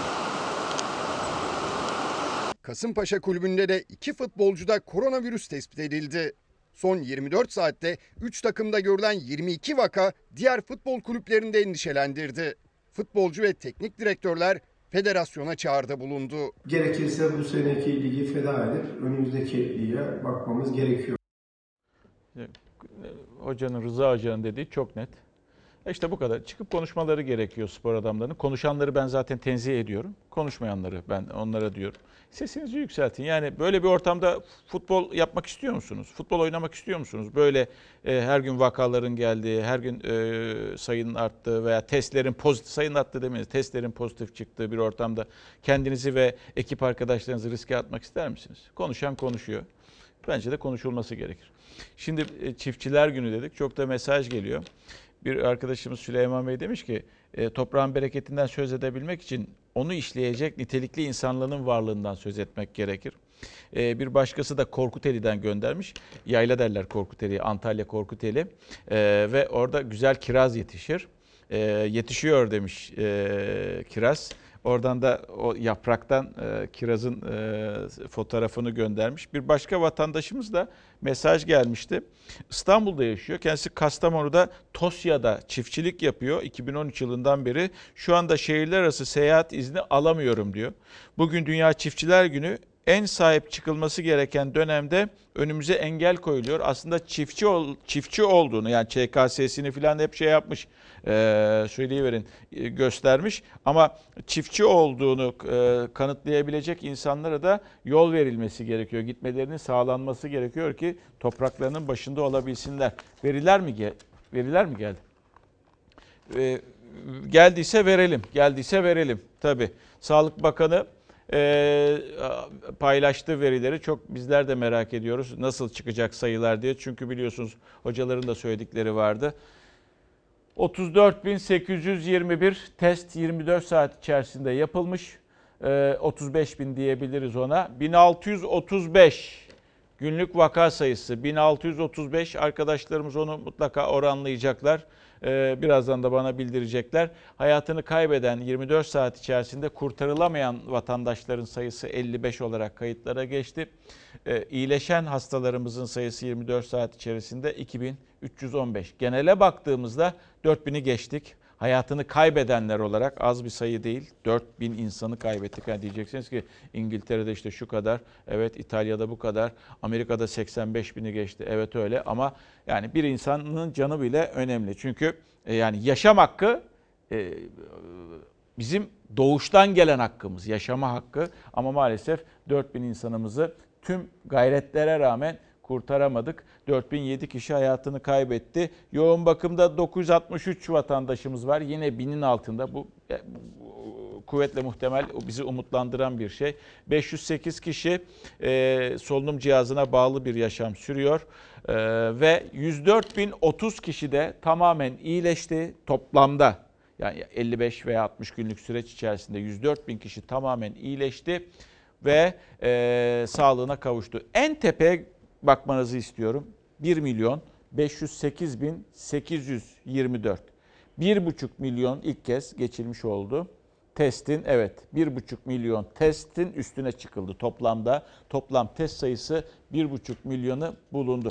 Kasımpaşa Kulübü'nde de 2 futbolcuda koronavirüs tespit edildi. Son 24 saatte 3 takımda görülen 22 vaka diğer futbol kulüplerinde endişelendirdi. Futbolcu ve teknik direktörler federasyona çağrıda bulundu. Gerekirse bu seneki ligi feda edip önümüzdeki lige bakmamız gerekiyor. Hocanın, Rıza Hoca'nın dediği çok net. İşte bu kadar. Çıkıp konuşmaları gerekiyor spor adamlarının. Konuşanları ben zaten tenzih ediyorum. Konuşmayanları ben onlara diyorum. Sesinizi yükseltin. Yani böyle bir ortamda futbol yapmak istiyor musunuz? Futbol oynamak istiyor musunuz? Böyle her gün vakaların geldiği, her gün sayının arttığı veya testlerin pozitif, sayının arttığı demeyiz, testlerin pozitif çıktığı bir ortamda kendinizi ve ekip arkadaşlarınızı riske atmak ister misiniz? Konuşan konuşuyor. Bence de konuşulması gerekir. Şimdi çiftçiler günü dedik. Çok da mesaj geliyor. Bir arkadaşımız Süleyman Bey demiş ki toprağın bereketinden söz edebilmek için onu işleyecek nitelikli insanlığın varlığından söz etmek gerekir. Bir başkası da Korkuteli'den göndermiş. Yayla derler Korkuteli'ye, Antalya Korkuteli. Ve orada güzel kiraz yetişir. Yetişiyor demiş kiraz. Oradan da o yapraktan kirazın fotoğrafını göndermiş. Bir başka vatandaşımız da mesaj gelmişti. İstanbul'da yaşıyor. Kendisi Kastamonu'da Tosya'da çiftçilik yapıyor. 2013 yılından beri şu anda şehirler arası seyahat izni alamıyorum diyor. Bugün Dünya Çiftçiler Günü. En sahip çıkılması gereken dönemde önümüze engel koyuluyor. Aslında çiftçi olduğunu, yani ÇKS'sini falan hep şey yapmış, söyleyiverin, göstermiş. Ama çiftçi olduğunu kanıtlayabilecek insanlara da yol verilmesi gerekiyor. Gitmelerinin sağlanması gerekiyor ki topraklarının başında olabilsinler. Veriler mi geldi? Geldiyse verelim. Geldiyse verelim. Tabii. Sağlık Bakanı paylaştığı verileri çok bizler de merak ediyoruz. Nasıl çıkacak sayılar diye. Çünkü biliyorsunuz hocaların da söyledikleri vardı. 34.821 test 24 saat içerisinde yapılmış. 35.000 diyebiliriz ona. 1635 günlük vaka sayısı. 1635 arkadaşlarımız onu mutlaka oranlayacaklar. Birazdan da bana bildirecekler. Hayatını kaybeden 24 saat içerisinde kurtarılamayan vatandaşların sayısı 55 olarak kayıtlara geçti. İyileşen hastalarımızın sayısı 24 saat içerisinde 2315. Genele baktığımızda 4000'i geçtik. Hayatını kaybedenler olarak az bir sayı değil. 4000 insanı kaybettik. Yani diyeceksiniz ki İngiltere'de işte şu kadar, evet İtalya'da bu kadar, Amerika'da 85.000'i geçti. Evet öyle ama yani bir insanın canı bile önemli. Çünkü yani yaşam hakkı bizim doğuştan gelen hakkımız, yaşama hakkı. Ama maalesef 4000 insanımızı tüm gayretlere rağmen kurtaramadık. 4007 kişi hayatını kaybetti. Yoğun bakımda 963 vatandaşımız var. Yine 1000'in altında. Bu kuvvetle muhtemel bizi umutlandıran bir şey. 508 kişi solunum cihazına bağlı bir yaşam sürüyor. Ve 104.030 kişi de tamamen iyileşti toplamda. Yani 55 veya 60 günlük süreç içerisinde 104.000 kişi tamamen iyileşti ve sağlığına kavuştu. En tepeye bakmanızı istiyorum. 1.508.824. 1,5 milyon ilk kez geçilmiş oldu. Testin 1,5 milyon testin üstüne çıkıldı toplamda. Toplam test sayısı 1,5 milyonu bulundu.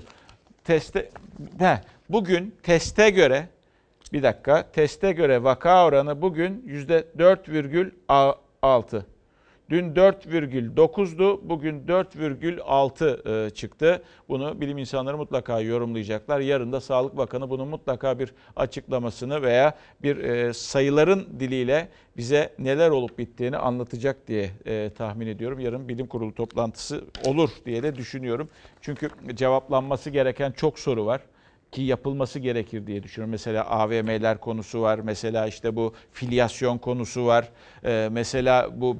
Bugün teste göre teste göre vaka oranı bugün %4,6. Dün 4,9'du, bugün 4,6 çıktı. Bunu bilim insanları mutlaka yorumlayacaklar. Yarın da Sağlık Bakanı bunun mutlaka bir açıklamasını veya bir sayıların diliyle bize neler olup bittiğini anlatacak diye tahmin ediyorum. Yarın bilim kurulu toplantısı olur diye de düşünüyorum. Çünkü cevaplanması gereken çok soru var ki yapılması gerekir diye düşünüyorum. Mesela AVM'ler konusu var. Mesela işte bu filyasyon konusu var. Mesela bu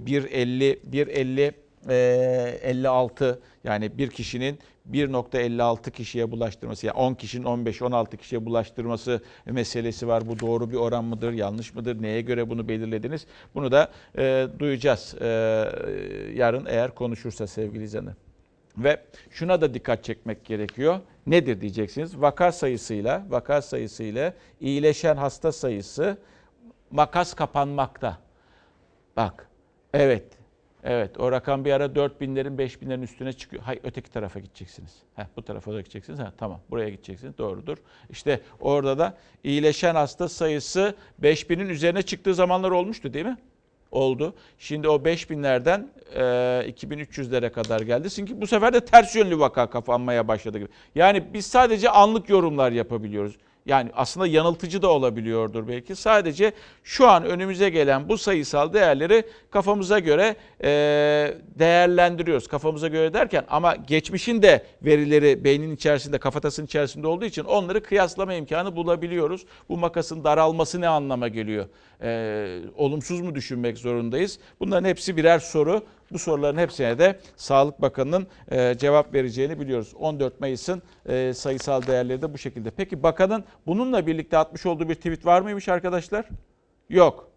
1.56 yani bir kişinin 1.56 kişiye bulaştırması, yani 10 kişinin 15-16 kişiye bulaştırması meselesi var. Bu doğru bir oran mıdır, yanlış mıdır? Neye göre bunu belirlediniz? Bunu da duyacağız yarın eğer konuşursa sevgili izleyenler. Ve şuna da dikkat çekmek gerekiyor. Nedir diyeceksiniz? Vaka sayısıyla iyileşen hasta sayısı makas kapanmakta. Bak, evet o rakam bir ara 4.000'lerin 5.000'lerin üstüne çıkıyor. Hayır, öteki tarafa gideceksiniz. Bu tarafa da gideceksiniz. Tamam, buraya gideceksiniz. Doğrudur. İşte orada da iyileşen hasta sayısı 5.000'in üzerine çıktığı zamanlar olmuştu değil mi? oldu. Şimdi o 5000'lerden 2300'lere kadar geldi. Çünkü bu sefer de ters yönlü vaka kapanmaya başladı gibi. Yani biz sadece anlık yorumlar yapabiliyoruz. Yani aslında yanıltıcı da olabiliyordur belki. Sadece şu an önümüze gelen bu sayısal değerleri kafamıza göre değerlendiriyoruz. Kafamıza göre derken ama geçmişin de verileri beynin içerisinde, kafatasının içerisinde olduğu için onları kıyaslama imkanı bulabiliyoruz. Bu makasın daralması ne anlama geliyor? Olumsuz mu düşünmek zorundayız? Bunların hepsi birer soru. Bu soruların hepsine de Sağlık Bakanı'nın cevap vereceğini biliyoruz. 14 Mayıs'ın sayısal değerleri de bu şekilde. Peki bakanın bununla birlikte atmış olduğu bir tweet var mıymış arkadaşlar? Yok.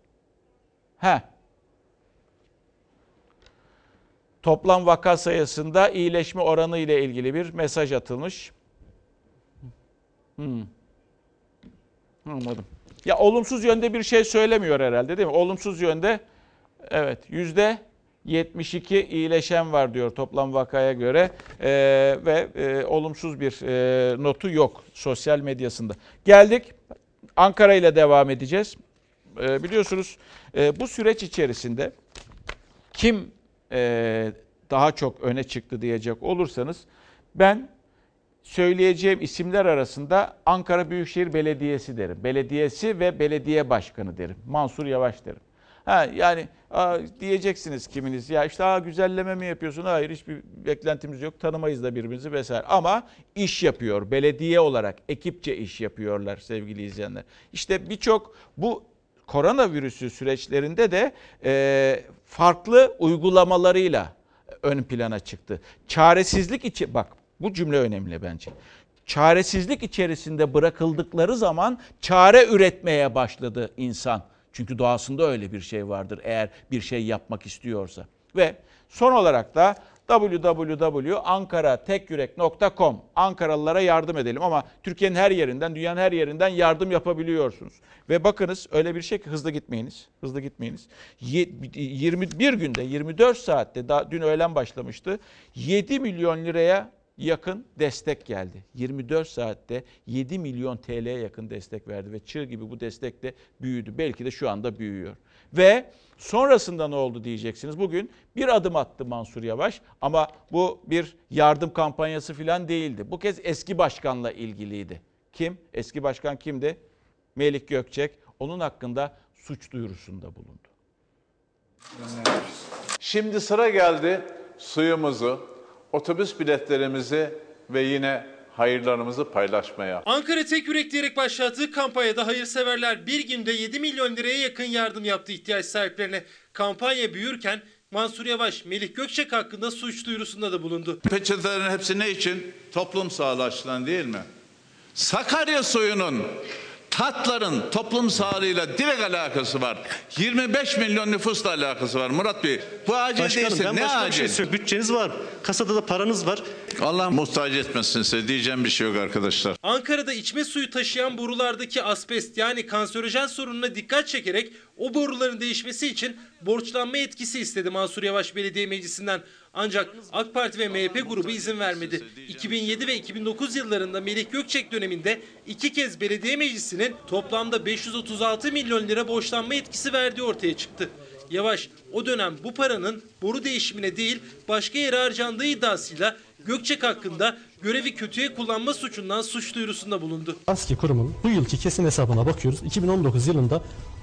Toplam vaka sayısında iyileşme oranı ile ilgili bir mesaj atılmış. Anladım. Ya olumsuz yönde bir şey söylemiyor herhalde değil mi? Olumsuz yönde evet %72 iyileşen var diyor toplam vakaya göre ve olumsuz bir notu yok sosyal medyasında. Geldik Ankara ile devam edeceğiz. Biliyorsunuz bu süreç içerisinde kim daha çok öne çıktı diyecek olursanız ben söyleyeceğim isimler arasında Ankara Büyükşehir Belediyesi derim. Belediyesi ve belediye başkanı derim. Mansur Yavaş derim. Yani diyeceksiniz kiminiz ya işte güzelleme mi yapıyorsun? Hayır, hiçbir beklentimiz yok. Tanımayız da birbirimizi vesaire. Ama iş yapıyor. Belediye olarak ekipçe iş yapıyorlar sevgili izleyenler. İşte birçok bu koronavirüsü süreçlerinde de farklı uygulamalarıyla ön plana çıktı. Çaresizlik bak bu cümle önemli bence. Çaresizlik içerisinde bırakıldıkları zaman çare üretmeye başladı insan. Çünkü doğasında öyle bir şey vardır eğer bir şey yapmak istiyorsa. Ve son olarak da www.ankaratekyürek.com Ankaralılara yardım edelim ama Türkiye'nin her yerinden, dünyanın her yerinden yardım yapabiliyorsunuz. Ve bakınız öyle bir şey ki hızlı gitmeyiniz. 21 günde, 24 saatte daha dün öğlen başlamıştı. 7 milyon liraya yakın destek geldi. 24 saatte 7 milyon TL'ye yakın destek verdi ve çığ gibi bu destek de büyüdü. Belki de şu anda büyüyor. Ve sonrasında ne oldu diyeceksiniz. Bugün bir adım attı Mansur Yavaş ama bu bir yardım kampanyası falan değildi. Bu kez eski başkanla ilgiliydi. Kim? Eski başkan kimdi? Melik Gökçek. Onun hakkında suç duyurusunda bulundu. Şimdi sıra geldi suyumuzu, otobüs biletlerimizi ve yine hayırlarımızı paylaşmaya. Ankara Tek Yürek diyerek başlattığı kampanyada hayırseverler bir günde 7 milyon liraya yakın yardım yaptı ihtiyaç sahiplerine. Kampanya büyürken Mansur Yavaş, Melik Gökçek hakkında suç duyurusunda da bulundu. Peçetelerin hepsi ne için? Toplum sağlığı açısından değil mi? Sakarya suyunun tatların toplum sağlığıyla direkt alakası var. 25 milyon nüfusla alakası var Murat Bey. Bu acil değilse ne acil? Bütçeniz var, kasada da paranız var. Allah muhtaç etmesin size, diyeceğim bir şey yok arkadaşlar. Ankara'da içme suyu taşıyan borulardaki asbest yani kanserojen sorununa dikkat çekerek o boruların değişmesi için borçlanma yetkisi istedi Mansur Yavaş Belediye Meclisi'nden. Ancak AK Parti ve MHP grubu izin vermedi. 2007 ve 2009 yıllarında Melik Gökçek döneminde 2 kez belediye meclisinin toplamda 536 milyon lira borçlanma yetkisi verdiği ortaya çıktı. Yavaş o dönem bu paranın boru değişimine değil başka yere harcandığı iddiasıyla Gökçek hakkında görevi kötüye kullanma suçundan suç duyurusunda bulundu. ASKİ kurumunun bu yılki kesin hesabına bakıyoruz. 2019 yılında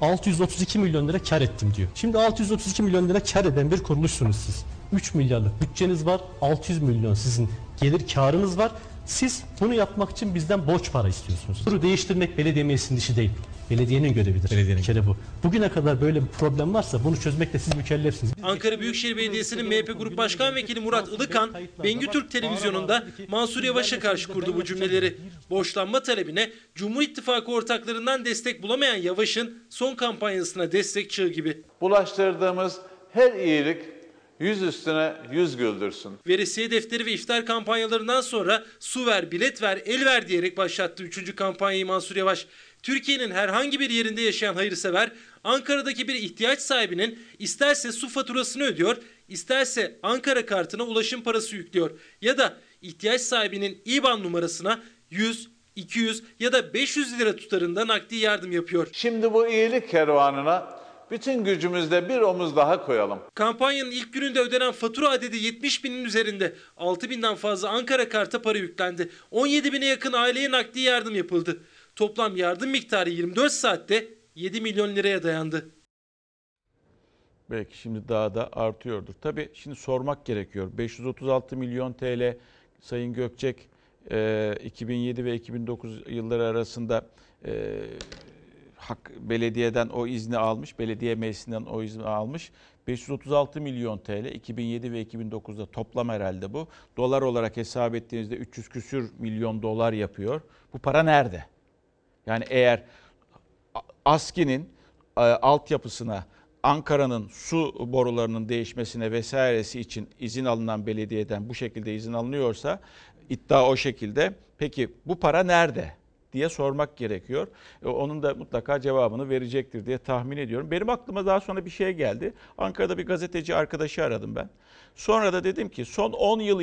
632 milyon lira kar ettim diyor. Şimdi 632 milyon lira kar eden bir kuruluşsunuz siz. 3 milyarlık bütçeniz var, 600 milyon sizin gelir karınız var. Siz bunu yapmak için bizden borç para istiyorsunuz. Bunu değiştirmek belediye meclisinin işi değil. Belediyenin görevidir. Bir kere bu. Bugüne kadar böyle bir problem varsa bunu çözmekle siz mükellefsiniz. Ankara Büyükşehir Belediyesi'nin MHP Grup Başkan Vekili Murat Ilıkan, Bengü Türk Televizyonu'nda Mansur Yavaş'a karşı kurdu bu cümleleri. Borçlanma talebine Cumhur İttifakı ortaklarından destek bulamayan Yavaş'ın son kampanyasına destek çığ gibi. Bulaştırdığımız her iyilik yüz üstüne yüz güldürsün. Veresiye defteri ve iftar kampanyalarından sonra su ver, bilet ver, el ver diyerek başlattı 3. kampanyayı Mansur Yavaş. Türkiye'nin herhangi bir yerinde yaşayan hayırsever, Ankara'daki bir ihtiyaç sahibinin isterse su faturasını ödüyor, isterse Ankara kartına ulaşım parası yüklüyor ya da ihtiyaç sahibinin IBAN numarasına 100, 200 ya da 500 lira tutarında nakdi yardım yapıyor. Şimdi bu iyilik kervanına bütün gücümüzle bir omuz daha koyalım. Kampanyanın ilk gününde ödenen fatura adedi 70 binin üzerinde. 6 binden fazla Ankara Kart'a para yüklendi. 17 bine yakın aileye nakdi yardım yapıldı. Toplam yardım miktarı 24 saatte 7 milyon liraya dayandı. Belki şimdi daha da artıyordur. Tabii şimdi sormak gerekiyor. 536 milyon TL Sayın Gökçek 2007 ve 2009 yılları arasında belediyeden o izni almış. Belediye meclisinden o izni almış. 536 milyon TL 2007 ve 2009'da toplam herhalde bu. Dolar olarak hesap ettiğinizde 300 küsür milyon dolar yapıyor. Bu para nerede? Yani eğer ASKİ'nin altyapısına, Ankara'nın su borularının değişmesine vesairesi için izin alınan belediyeden bu şekilde izin alınıyorsa, iddia o şekilde. Peki bu para nerede diye sormak gerekiyor. Onun da mutlaka cevabını verecektir diye tahmin ediyorum. Benim aklıma daha sonra bir şey geldi. Ankara'da bir gazeteci arkadaşı aradım ben. Sonra da dedim ki son 10 yıl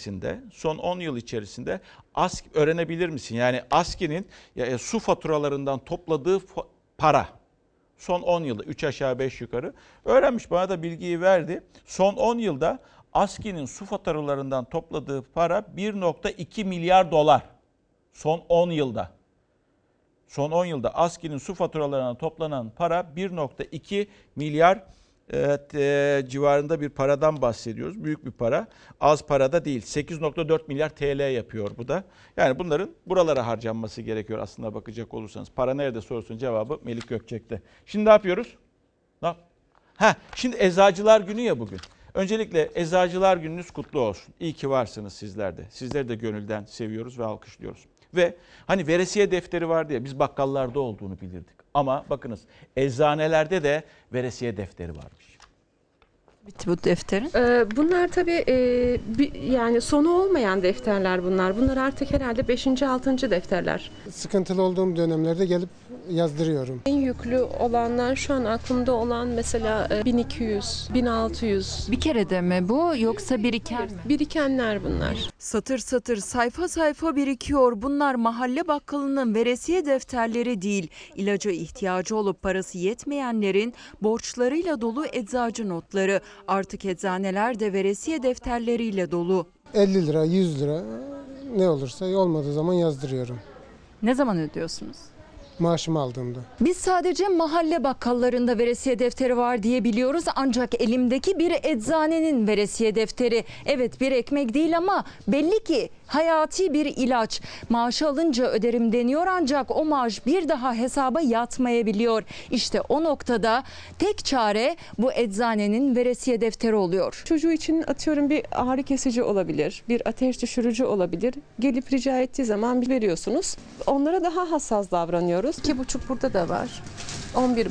içerisinde öğrenebilir misin? Yani ASKİ'nin su faturalarından topladığı para son 10 yılda 3 aşağı 5 yukarı öğrenmiş, bana da bilgiyi verdi. Son 10 yılda ASKİ'nin su faturalarından topladığı para 1.2 milyar dolar. Son 10 yılda. Son 10 yılda ASKİ'nin su faturalarından toplanan para 1.2 milyar civarında bir paradan bahsediyoruz. Büyük bir para. Az para da değil. 8.4 milyar TL yapıyor bu da. Yani bunların buralara harcanması gerekiyor aslında bakacak olursanız. Para nerede sorusunun cevabı Melik Gökçek'te. Şimdi ne yapıyoruz? Şimdi Eczacılar Günü ya bugün. Öncelikle Eczacılar Gününüz kutlu olsun. İyi ki varsınız sizler de. Sizleri de gönülden seviyoruz ve alkışlıyoruz. Ve hani veresiye defteri vardı ya, biz bakkallarda olduğunu bilirdik. Ama bakınız eczanelerde de veresiye defteri varmış. Bitti bu defterin? Bunlar tabii yani sonu olmayan defterler bunlar. Bunlar artık herhalde 5. 6. defterler. Sıkıntılı olduğum dönemlerde gelip yazdırıyorum. En yüklü olanlar şu an aklımda olan mesela 1200, 1600. Bir kerede mi bu yoksa biriken mi? Birikenler bunlar. Satır satır, sayfa sayfa birikiyor. Bunlar mahalle bakkalının veresiye defterleri değil. İlaca ihtiyacı olup parası yetmeyenlerin borçlarıyla dolu eczacı notları. Artık eczaneler de veresiye defterleriyle dolu. 50 lira, 100 lira ne olursa olmadığı zaman yazdırıyorum. Ne zaman ödüyorsunuz? Maaşımı aldığımda. Biz sadece mahalle bakkallarında veresiye defteri var diye biliyoruz, ancak elimdeki bir eczanenin veresiye defteri. Evet, bir ekmek değil ama belli ki hayati bir ilaç. Maaşı alınca öderim deniyor ancak o maaş bir daha hesaba yatmayabiliyor. İşte o noktada tek çare bu eczanenin veresiye defteri oluyor. Çocuğu için atıyorum bir ağrı kesici olabilir, bir ateş düşürücü olabilir. Gelip rica ettiği zaman veriyorsunuz. Onlara daha hassas davranıyoruz. 2,5 burada da var. 11,5.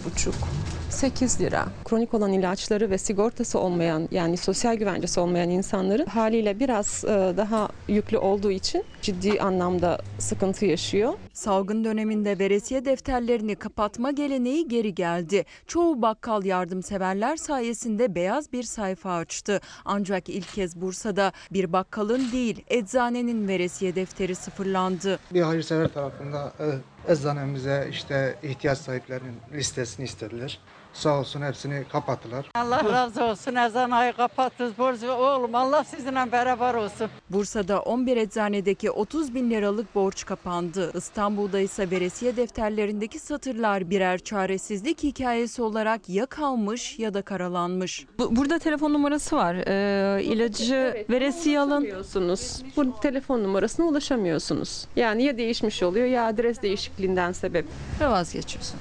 8 lira. Kronik olan ilaçları ve sigortası olmayan, yani sosyal güvencesi olmayan insanların haliyle biraz daha yüklü olduğu için ciddi anlamda sıkıntı yaşıyor. Salgın döneminde veresiye defterlerini kapatma geleneği geri geldi. Çoğu bakkal yardımseverler sayesinde beyaz bir sayfa açtı. Ancak ilk kez Bursa'da bir bakkalın değil, eczanenin veresiye defteri sıfırlandı. Bir hayırsever tarafında eczanemize işte ihtiyaç sahiplerinin listesini istediler. Sağ olsun hepsini kapattılar. Allah razı olsun, eczanayı kapattınız. Oğlum Allah sizinle beraber olsun. Bursa'da 11 eczanedeki 30 bin liralık borç kapandı. İstanbul'da ise veresiye defterlerindeki satırlar birer çaresizlik hikayesi olarak ya kalmış ya da karalanmış. Burada telefon numarası var. İlacı veresiye alın. Bu telefon numarasına ulaşamıyorsunuz. Yani ya değişmiş oluyor ya adres değişikliğinden sebep. Ve vazgeçiyorsunuz.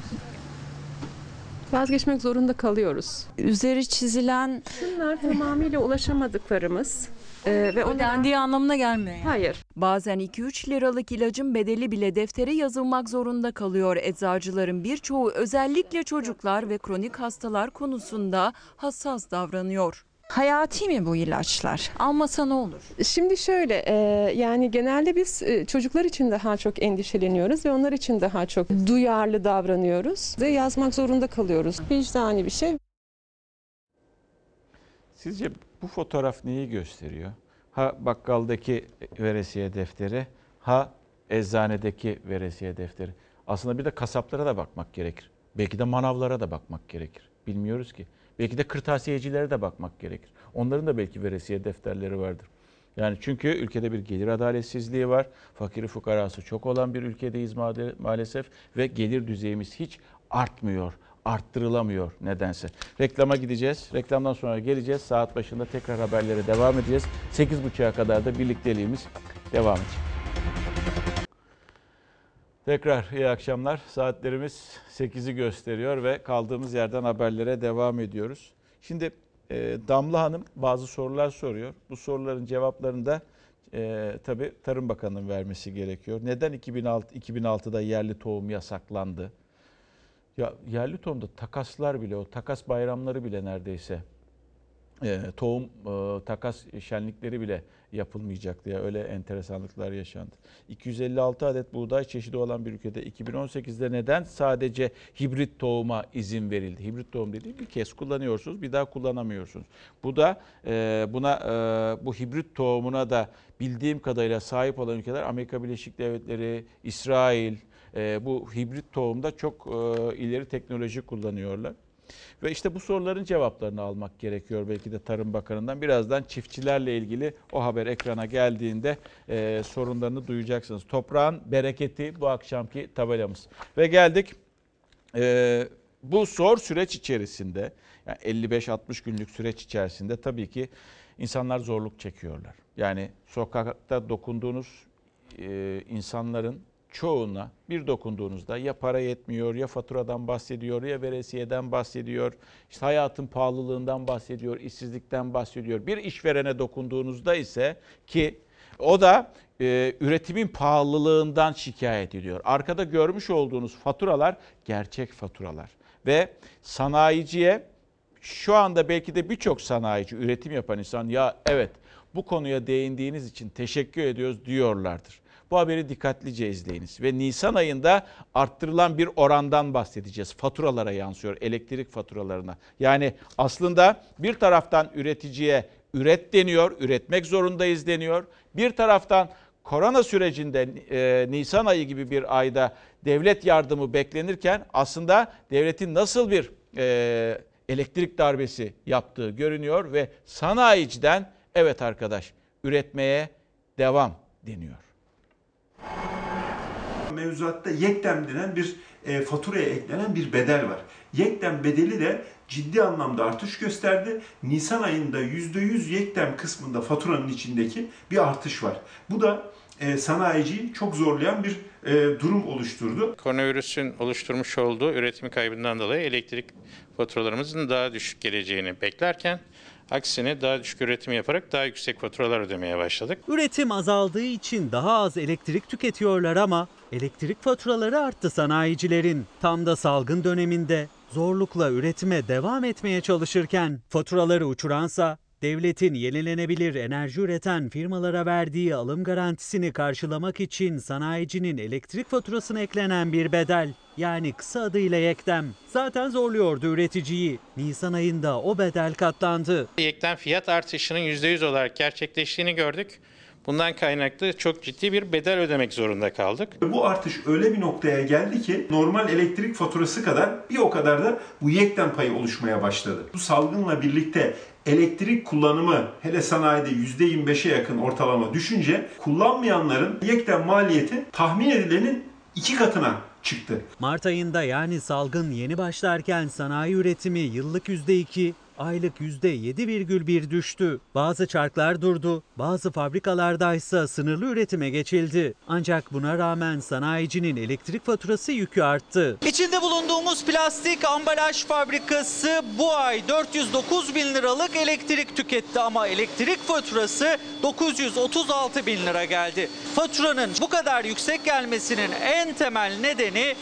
Vazgeçmek zorunda kalıyoruz. Üzeri çizilen... Bunlar tamamıyla ulaşamadıklarımız. Ve ödendiği anlamına gelmiyor. Yani. Hayır. Bazen 2-3 liralık ilacın bedeli bile deftere yazılmak zorunda kalıyor. Eczacıların birçoğu özellikle çocuklar ve kronik hastalar konusunda hassas davranıyor. Hayati mi bu ilaçlar? Almasa ne olur? Şimdi şöyle yani genelde biz çocuklar için daha çok endişeleniyoruz ve onlar için daha çok duyarlı davranıyoruz ve yazmak zorunda kalıyoruz. Vicdani bir şey. Sizce bu fotoğraf neyi gösteriyor? Ha bakkaldaki veresiye defteri, ha eczanedeki veresiye defteri. Aslında bir de kasaplara da bakmak gerekir. Belki de manavlara da bakmak gerekir. Bilmiyoruz ki. Belki de kırtasiyecilere de bakmak gerekir. Onların da belki veresiye defterleri vardır. Yani çünkü ülkede bir gelir adaletsizliği var. Fakiri fukarası çok olan bir ülkedeyiz maalesef ve gelir düzeyimiz hiç artmıyor, arttırılamıyor nedense. Reklama gideceğiz. Reklamdan sonra geleceğiz. Saat başında tekrar haberlere devam edeceğiz. 8.30'a kadar da birlikteliğimiz devam edecek. Tekrar iyi akşamlar. Saatlerimiz 8'i gösteriyor ve kaldığımız yerden haberlere devam ediyoruz. Şimdi Damla Hanım bazı sorular soruyor. Bu soruların cevaplarını da tabii Tarım Bakanı'nın vermesi gerekiyor. Neden 2006'da yerli tohum yasaklandı? Ya yerli tohumda takaslar bile, o takas bayramları bile neredeyse tohum takas şenlikleri bile yapılmayacaktı ya, öyle enteresanlıklar yaşandı. 256 adet buğday çeşidi olan bir ülkede 2018'de neden sadece hibrit tohuma izin verildi? Hibrit tohum dediğim bir kez kullanıyorsunuz, bir daha kullanamıyorsunuz. Bu da bu hibrit tohumuna da bildiğim kadarıyla sahip olan ülkeler Amerika Birleşik Devletleri, İsrail. Bu hibrit tohumda çok ileri teknoloji kullanıyorlar. Ve işte bu soruların cevaplarını almak gerekiyor belki de Tarım Bakanı'ndan. Birazdan çiftçilerle ilgili o haber ekrana geldiğinde sorunlarını duyacaksınız. Toprağın bereketi bu akşamki tabelamız. Ve geldik bu zor süreç içerisinde, yani 55-60 günlük süreç içerisinde tabii ki insanlar zorluk çekiyorlar. Yani sokakta dokunduğunuz insanların çoğuna bir dokunduğunuzda ya para yetmiyor, ya faturadan bahsediyor, ya veresiyeden bahsediyor, işte hayatın pahalılığından bahsediyor, işsizlikten bahsediyor. Bir işverene dokunduğunuzda ise ki o da üretimin pahalılığından şikayet ediyor. Arkada görmüş olduğunuz faturalar gerçek faturalar ve sanayiciye şu anda belki de birçok sanayici, üretim yapan insan ya evet bu konuya değindiğiniz için teşekkür ediyoruz diyorlardır. Bu haberi dikkatlice izleyiniz ve Nisan ayında arttırılan bir orandan bahsedeceğiz. Faturalara yansıyor, elektrik faturalarına. Yani aslında bir taraftan üreticiye üret deniyor, üretmek zorundayız deniyor. Bir taraftan korona sürecinde Nisan ayı gibi bir ayda devlet yardımı beklenirken aslında devletin nasıl bir elektrik darbesi yaptığı görünüyor ve sanayiciden evet arkadaş üretmeye devam deniyor. Mevzuatta yekdem denen bir faturaya eklenen bir bedel var. Yekdem bedeli de ciddi anlamda artış gösterdi. Nisan ayında %100 yekdem kısmında faturanın içindeki bir artış var. Bu da sanayiciyi çok zorlayan bir durum oluşturdu. Koronavirüsün oluşturmuş olduğu üretim kaybından dolayı elektrik faturalarımızın daha düşük geleceğini beklerken aksine daha düşük üretim yaparak daha yüksek faturalar ödemeye başladık. Üretim azaldığı için daha az elektrik tüketiyorlar ama elektrik faturaları arttı sanayicilerin. Tam da salgın döneminde zorlukla üretime devam etmeye çalışırken faturaları uçuransa devletin yenilenebilir enerji üreten firmalara verdiği alım garantisini karşılamak için sanayicinin elektrik faturasına eklenen bir bedel. Yani kısa adıyla yekdem. Zaten zorluyordu üreticiyi. Nisan ayında o bedel katlandı. Yekdem fiyat artışının %100 olarak gerçekleştiğini gördük. Bundan kaynaklı çok ciddi bir bedel ödemek zorunda kaldık. Bu artış öyle bir noktaya geldi ki normal elektrik faturası kadar bir o kadar da bu yekdem payı oluşmaya başladı. Bu salgınla birlikte elektrik kullanımı hele sanayide %25'e yakın ortalama düşünce kullanmayanların yekdem maliyeti tahmin edilenin 2 katına çıktı. Mart ayında yani salgın yeni başlarken sanayi üretimi yıllık %2, aylık %7,1 düştü. Bazı çarklar durdu, bazı fabrikalardaysa sınırlı üretime geçildi. Ancak buna rağmen sanayicinin elektrik faturası yükü arttı. İçinde bulunduğumuz plastik ambalaj fabrikası bu ay 409 bin liralık elektrik tüketti ama elektrik faturası 936 bin lira geldi. Faturanın bu kadar yüksek gelmesinin en temel nedeni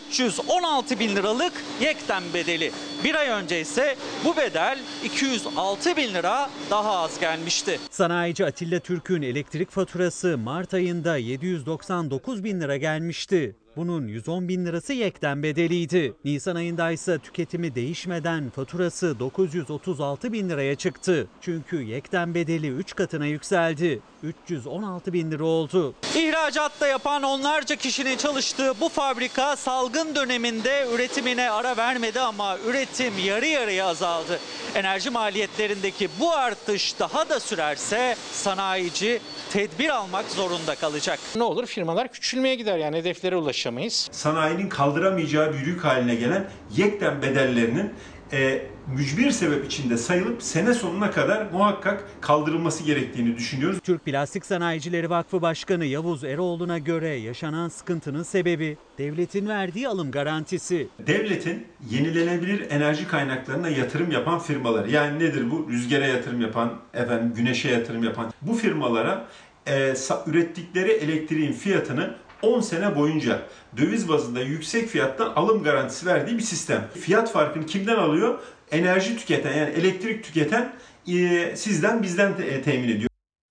316 bin liralık yekdem bedeli. Bir ay önce ise bu bedel 206 bin lira daha az gelmişti. Sanayici Atilla Türk'ün elektrik faturası Mart ayında 799 bin lira gelmişti. Bunun 110 bin lirası yekten bedeliydi. Nisan ayında ise tüketimi değişmeden faturası 936 bin liraya çıktı. Çünkü yekten bedeli 3 katına yükseldi. 316 bin lira oldu. İhracatta yapan onlarca kişinin çalıştığı bu fabrika salgın döneminde üretimine ara vermedi ama üretim yarı yarıya azaldı. Enerji maliyetlerindeki bu artış daha da sürerse sanayici tedbir almak zorunda kalacak. Ne olur, firmalar küçülmeye gider, yani hedeflere ulaşamayız. Sanayinin kaldıramayacağı bir yük haline gelen yekten bedellerinin mücbir sebep içinde sayılıp sene sonuna kadar muhakkak kaldırılması gerektiğini düşünüyoruz. Türk Plastik Sanayicileri Vakfı Başkanı Yavuz Eroğlu'na göre yaşanan sıkıntının sebebi devletin verdiği alım garantisi. Devletin yenilenebilir enerji kaynaklarına yatırım yapan firmalar, yani nedir bu? Rüzgara yatırım yapan, güneşe yatırım yapan bu firmalara ürettikleri elektriğin fiyatını 10 sene boyunca döviz bazında yüksek fiyattan alım garantisi verdiği bir sistem. Fiyat farkını kimden alıyor? Enerji tüketen, yani elektrik tüketen sizden, bizden temin ediyor.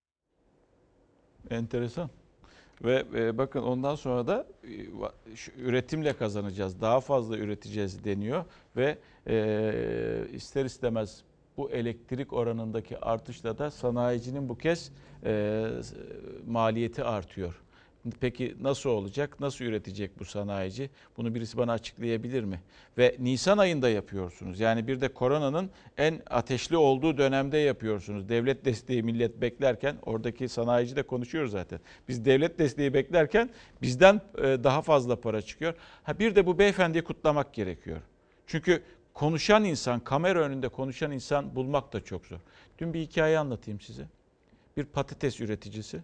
Enteresan. Ve bakın ondan sonra da üretimle kazanacağız, daha fazla üreteceğiz deniyor ve ister istemez bu elektrik oranındaki artışla da sanayicinin bu kez maliyeti artıyor. Peki nasıl olacak? Nasıl üretecek bu sanayici? Bunu birisi bana açıklayabilir mi? Ve Nisan ayında yapıyorsunuz. Yani bir de koronanın en ateşli olduğu dönemde yapıyorsunuz. Devlet desteği millet beklerken, oradaki sanayici de konuşuyor zaten. Biz devlet desteği beklerken bizden daha fazla para çıkıyor. Bir de bu beyefendiyi kutlamak gerekiyor. Çünkü konuşan insan, kamera önünde konuşan insan bulmak da çok zor. Dün bir hikaye anlatayım size. Bir patates üreticisi.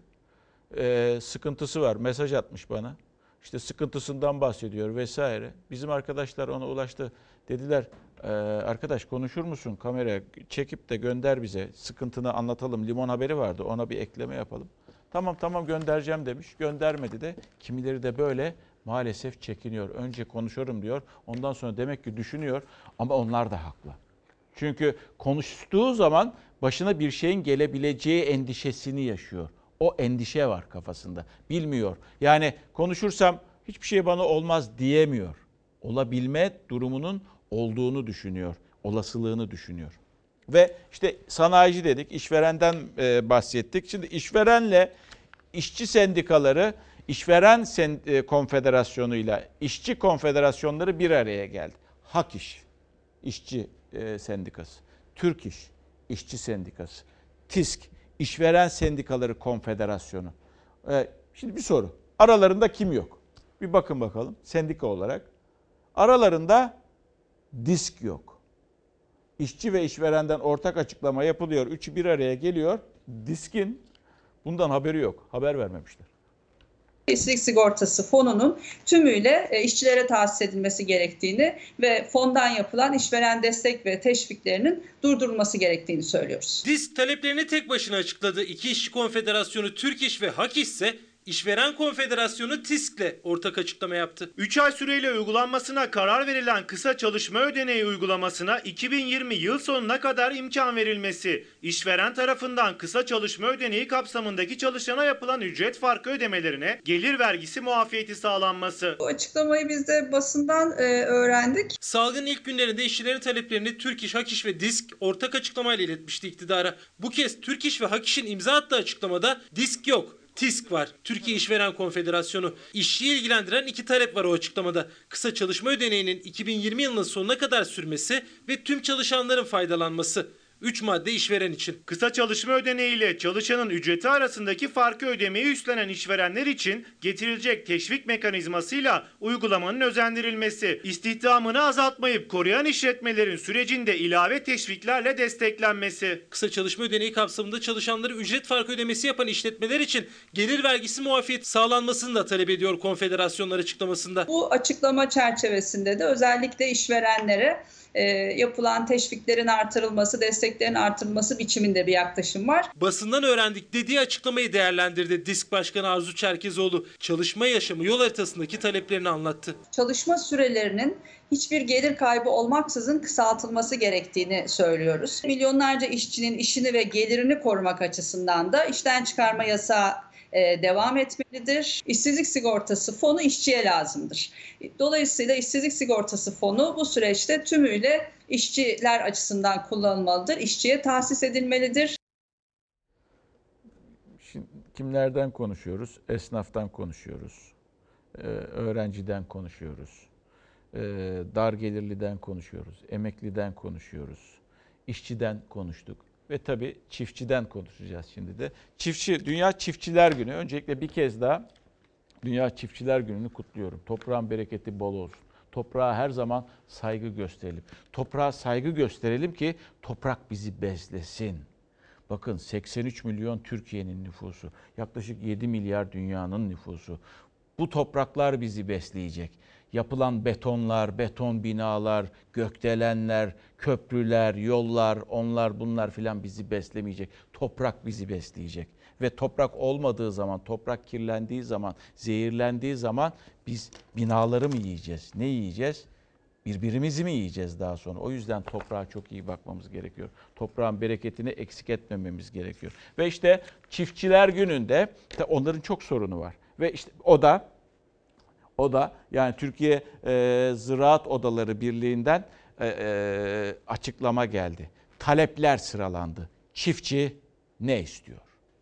Sıkıntısı var. Mesaj atmış bana. İşte sıkıntısından bahsediyor vesaire. Bizim arkadaşlar ona ulaştı. Dediler arkadaş konuşur musun? Kameraya çekip de gönder bize. Sıkıntını anlatalım. Limon haberi vardı. Ona bir ekleme yapalım. Tamam göndereceğim demiş. Göndermedi de. Kimileri de böyle maalesef çekiniyor. Önce konuşurum diyor. Ondan sonra demek ki düşünüyor. Ama onlar da haklı. Çünkü konuştuğu zaman başına bir şeyin gelebileceği endişesini yaşıyor. O endişe var kafasında. Bilmiyor. Yani konuşursam hiçbir şey bana olmaz diyemiyor. Olabilme durumunun olduğunu düşünüyor. Olasılığını düşünüyor. Ve işte sanayici dedik, işverenden bahsettik. Şimdi işverenle işçi sendikaları, işveren konfederasyonu ile işçi konfederasyonları bir araya geldi. Hak İş İşçi Sendikası, Türk İş İşçi Sendikası, TİSK İşveren Sendikaları Konfederasyonu. Şimdi bir soru. Aralarında kim yok? Bir bakın bakalım sendika olarak. Aralarında DİSK yok. İşçi ve işverenden ortak açıklama yapılıyor. Üçü bir araya geliyor. DİSK'in bundan haberi yok. Haber vermemişler. İşsizlik sigortası fonunun tümüyle işçilere tahsis edilmesi gerektiğini ve fondan yapılan işveren destek ve teşviklerinin durdurulması gerektiğini söylüyoruz. DİSK taleplerini tek başına açıkladı. İki işçi konfederasyonu Türk İş ve Hak İş ise İşveren Konfederasyonu TİSK'le ortak açıklama yaptı. 3 ay süreyle uygulanmasına karar verilen kısa çalışma ödeneği uygulamasına 2020 yıl sonuna kadar imkan verilmesi, işveren tarafından kısa çalışma ödeneği kapsamındaki çalışana yapılan ücret farkı ödemelerine gelir vergisi muafiyeti sağlanması. Bu açıklamayı biz de basından öğrendik. Salgın ilk günlerinde işçilerin taleplerini Türk İş, Hak İş ve DİSK ortak açıklamayla iletmişti iktidara. Bu kez Türk İş ve Hak İş'in imza attığı açıklamada DİSK yok. TİSK var. Türkiye İşveren Konfederasyonu. İşçiyi ilgilendiren iki talep var o açıklamada. Kısa çalışma ödeneğinin 2020 yılının sonuna kadar sürmesi ve tüm çalışanların faydalanması. 3 madde işveren için. Kısa çalışma ödeneği ile çalışanın ücreti arasındaki farkı ödemeyi üstlenen işverenler için getirilecek teşvik mekanizmasıyla uygulamanın özendirilmesi, istihdamını azaltmayıp koruyan işletmelerin sürecinde ilave teşviklerle desteklenmesi. Kısa çalışma ödeneği kapsamında çalışanları ücret farkı ödemesi yapan işletmeler için gelir vergisi muafiyeti sağlanmasını da talep ediyor konfederasyonlar açıklamasında. Bu açıklama çerçevesinde de özellikle işverenlere yapılan teşviklerin artırılması, desteklerin artırılması biçiminde bir yaklaşım var. Basından öğrendik dediği açıklamayı değerlendirdi. DİSK Başkanı Arzu Çerkezoğlu çalışma yaşamı yol haritasındaki taleplerini anlattı. Çalışma sürelerinin hiçbir gelir kaybı olmaksızın kısaltılması gerektiğini söylüyoruz. Milyonlarca işçinin işini ve gelirini korumak açısından da işten çıkarma yasağı devam etmelidir. İşsizlik sigortası fonu işçiye lazımdır. Dolayısıyla işsizlik sigortası fonu bu süreçte tümüyle işçiler açısından kullanılmalıdır. İşçiye tahsis edilmelidir. Şimdi kimlerden konuşuyoruz? Esnaftan konuşuyoruz. Öğrenciden konuşuyoruz. Dar gelirliden konuşuyoruz. Emekliden konuşuyoruz. İşçiden konuştuk. Ve tabii çiftçiden konuşacağız şimdi de. Dünya Çiftçiler Günü. Öncelikle bir kez daha Dünya Çiftçiler Günü'nü kutluyorum. Toprağın bereketi bol olsun. Toprağa her zaman saygı gösterelim. Toprağa saygı gösterelim ki toprak bizi beslesin. Bakın 83 milyon Türkiye'nin nüfusu, yaklaşık 7 milyar dünyanın nüfusu. Bu topraklar bizi besleyecek. Yapılan betonlar, beton binalar, gökdelenler, köprüler, yollar, onlar bunlar filan bizi beslemeyecek. Toprak bizi besleyecek. Ve toprak olmadığı zaman, toprak kirlendiği zaman, zehirlendiği zaman biz binaları mı yiyeceğiz? Ne yiyeceğiz? Birbirimizi mi yiyeceğiz daha sonra? O yüzden toprağa çok iyi bakmamız gerekiyor. Toprağın bereketini eksik etmememiz gerekiyor. Ve işte Çiftçiler Günü'nde onların çok sorunu var. Ve işte o da yani Türkiye Ziraat Odaları Birliği'nden açıklama geldi. Talepler sıralandı. Çiftçi ne istiyor?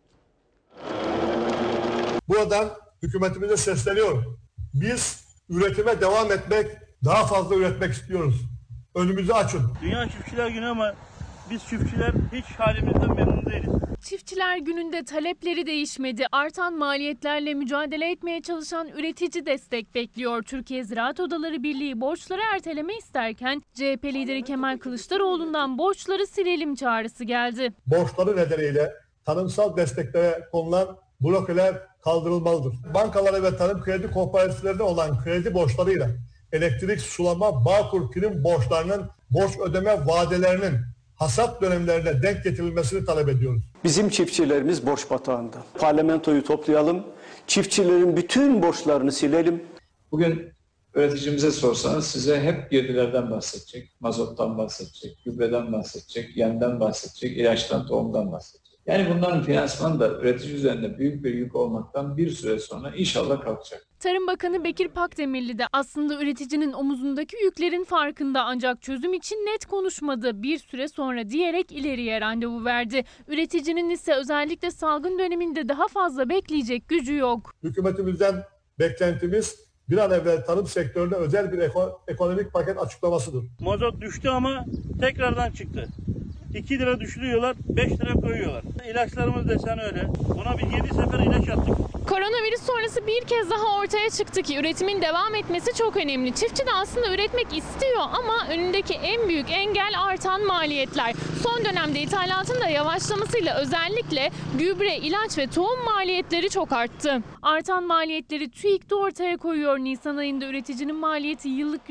Buradan hükümetimize sesleniyorum. Biz üretime devam etmek, daha fazla üretmek istiyoruz. Önümüzü açın. Dünya Çiftçiler Günü ama biz çiftçiler hiç halimizden memnun değiliz. Çiftçiler Günü'nde talepleri değişmedi. Artan maliyetlerle mücadele etmeye çalışan üretici destek bekliyor. Türkiye Ziraat Odaları Birliği borçları erteleme isterken CHP lideri Kemal Kılıçdaroğlu'ndan borçları silelim çağrısı geldi. Borçları nedeniyle tarımsal desteklere konulan blokeler kaldırılmalıdır. Bankalara ve tarım kredi kooperatiflerine olan kredi borçlarıyla elektrik, sulama, Bağkur prim borçlarının borç ödeme vadelerinin hasat dönemlerine denk getirilmesini talep ediyoruz. Bizim çiftçilerimiz borç batağında. Parlamentoyu toplayalım, çiftçilerin bütün borçlarını silelim. Bugün üreticimize sorsanız size hep girdilerden bahsedecek, mazottan bahsedecek, gübreden bahsedecek, yemden bahsedecek, ilaçtan, tohumdan bahsedecek. Yani bunların finansmanı da üretici üzerinde büyük bir yük olmaktan bir süre sonra inşallah kalkacak. Tarım Bakanı Bekir Pakdemirli de aslında üreticinin omuzundaki yüklerin farkında ancak çözüm için net konuşmadı. Bir süre sonra diyerek ileriye randevu verdi. Üreticinin ise özellikle salgın döneminde daha fazla bekleyecek gücü yok. Hükümetimizden beklentimiz bir an evvel tarım sektörüne özel bir ekonomik paket açıklamasıdır. Mazot düştü ama tekrardan çıktı. 2 lira düşürüyorlar, 5 lira koyuyorlar. İlaçlarımız desen öyle. Ona bir 7 sefer ilaç attık. Koronavirüs sonrası bir kez daha ortaya çıktı ki üretimin devam etmesi çok önemli. Çiftçi de aslında üretmek istiyor ama önündeki en büyük engel artan maliyetler. Son dönemde ithalatın da yavaşlamasıyla özellikle gübre, ilaç ve tohum maliyetleri çok arttı. Artan maliyetleri TÜİK de ortaya koyuyor. Nisan ayında üreticinin maliyeti yıllık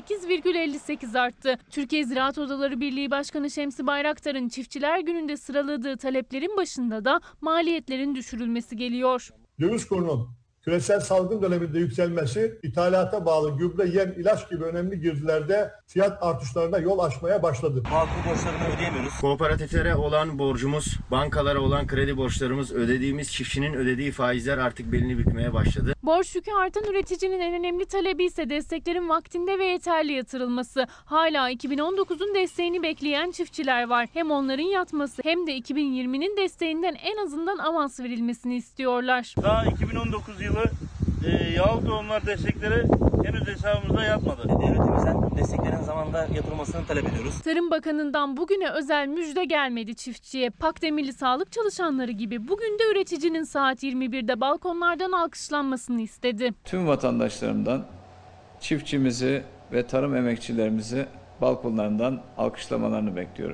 %8,58 arttı. Türkiye Ziraat Odaları Birliği Başkanı Şemsi Bayraktar'ın Çiftçiler Günü'nde sıraladığı taleplerin başında da maliyetlerin düşürülmesi geliyor. Döviz kurunun küresel salgın döneminde yükselmesi, ithalata bağlı gübre, yem, ilaç gibi önemli girdilerde fiyat artışlarına yol açmaya başladı. Bağkur borçlarını ödeyemiyoruz. Kooperatiflere olan borcumuz, bankalara olan kredi borçlarımız, ödediğimiz çiftçinin ödediği faizler artık belini bükmeye başladı. Borç yükü artan üreticinin en önemli talebi ise desteklerin vaktinde ve yeterli yatırılması. Hala 2019'un desteğini bekleyen çiftçiler var. Hem onların yatması hem de 2020'nin desteğinden en azından avans verilmesini istiyorlar. Daha 2019 yılı yağlı tohumlar destekleri henüz hesabımıza yatmadı. Devletimizden desteklerin zamanında yatırılmasını talep ediyoruz. Tarım Bakanı'ndan bugüne özel müjde gelmedi çiftçiye. Pakdemirli sağlık çalışanları gibi bugün de üreticinin saat 21'de balkonlardan alkışlanmasını istedi. Tüm vatandaşlarımdan çiftçimizi ve tarım emekçilerimizi balkonlarından alkışlamalarını bekliyorum.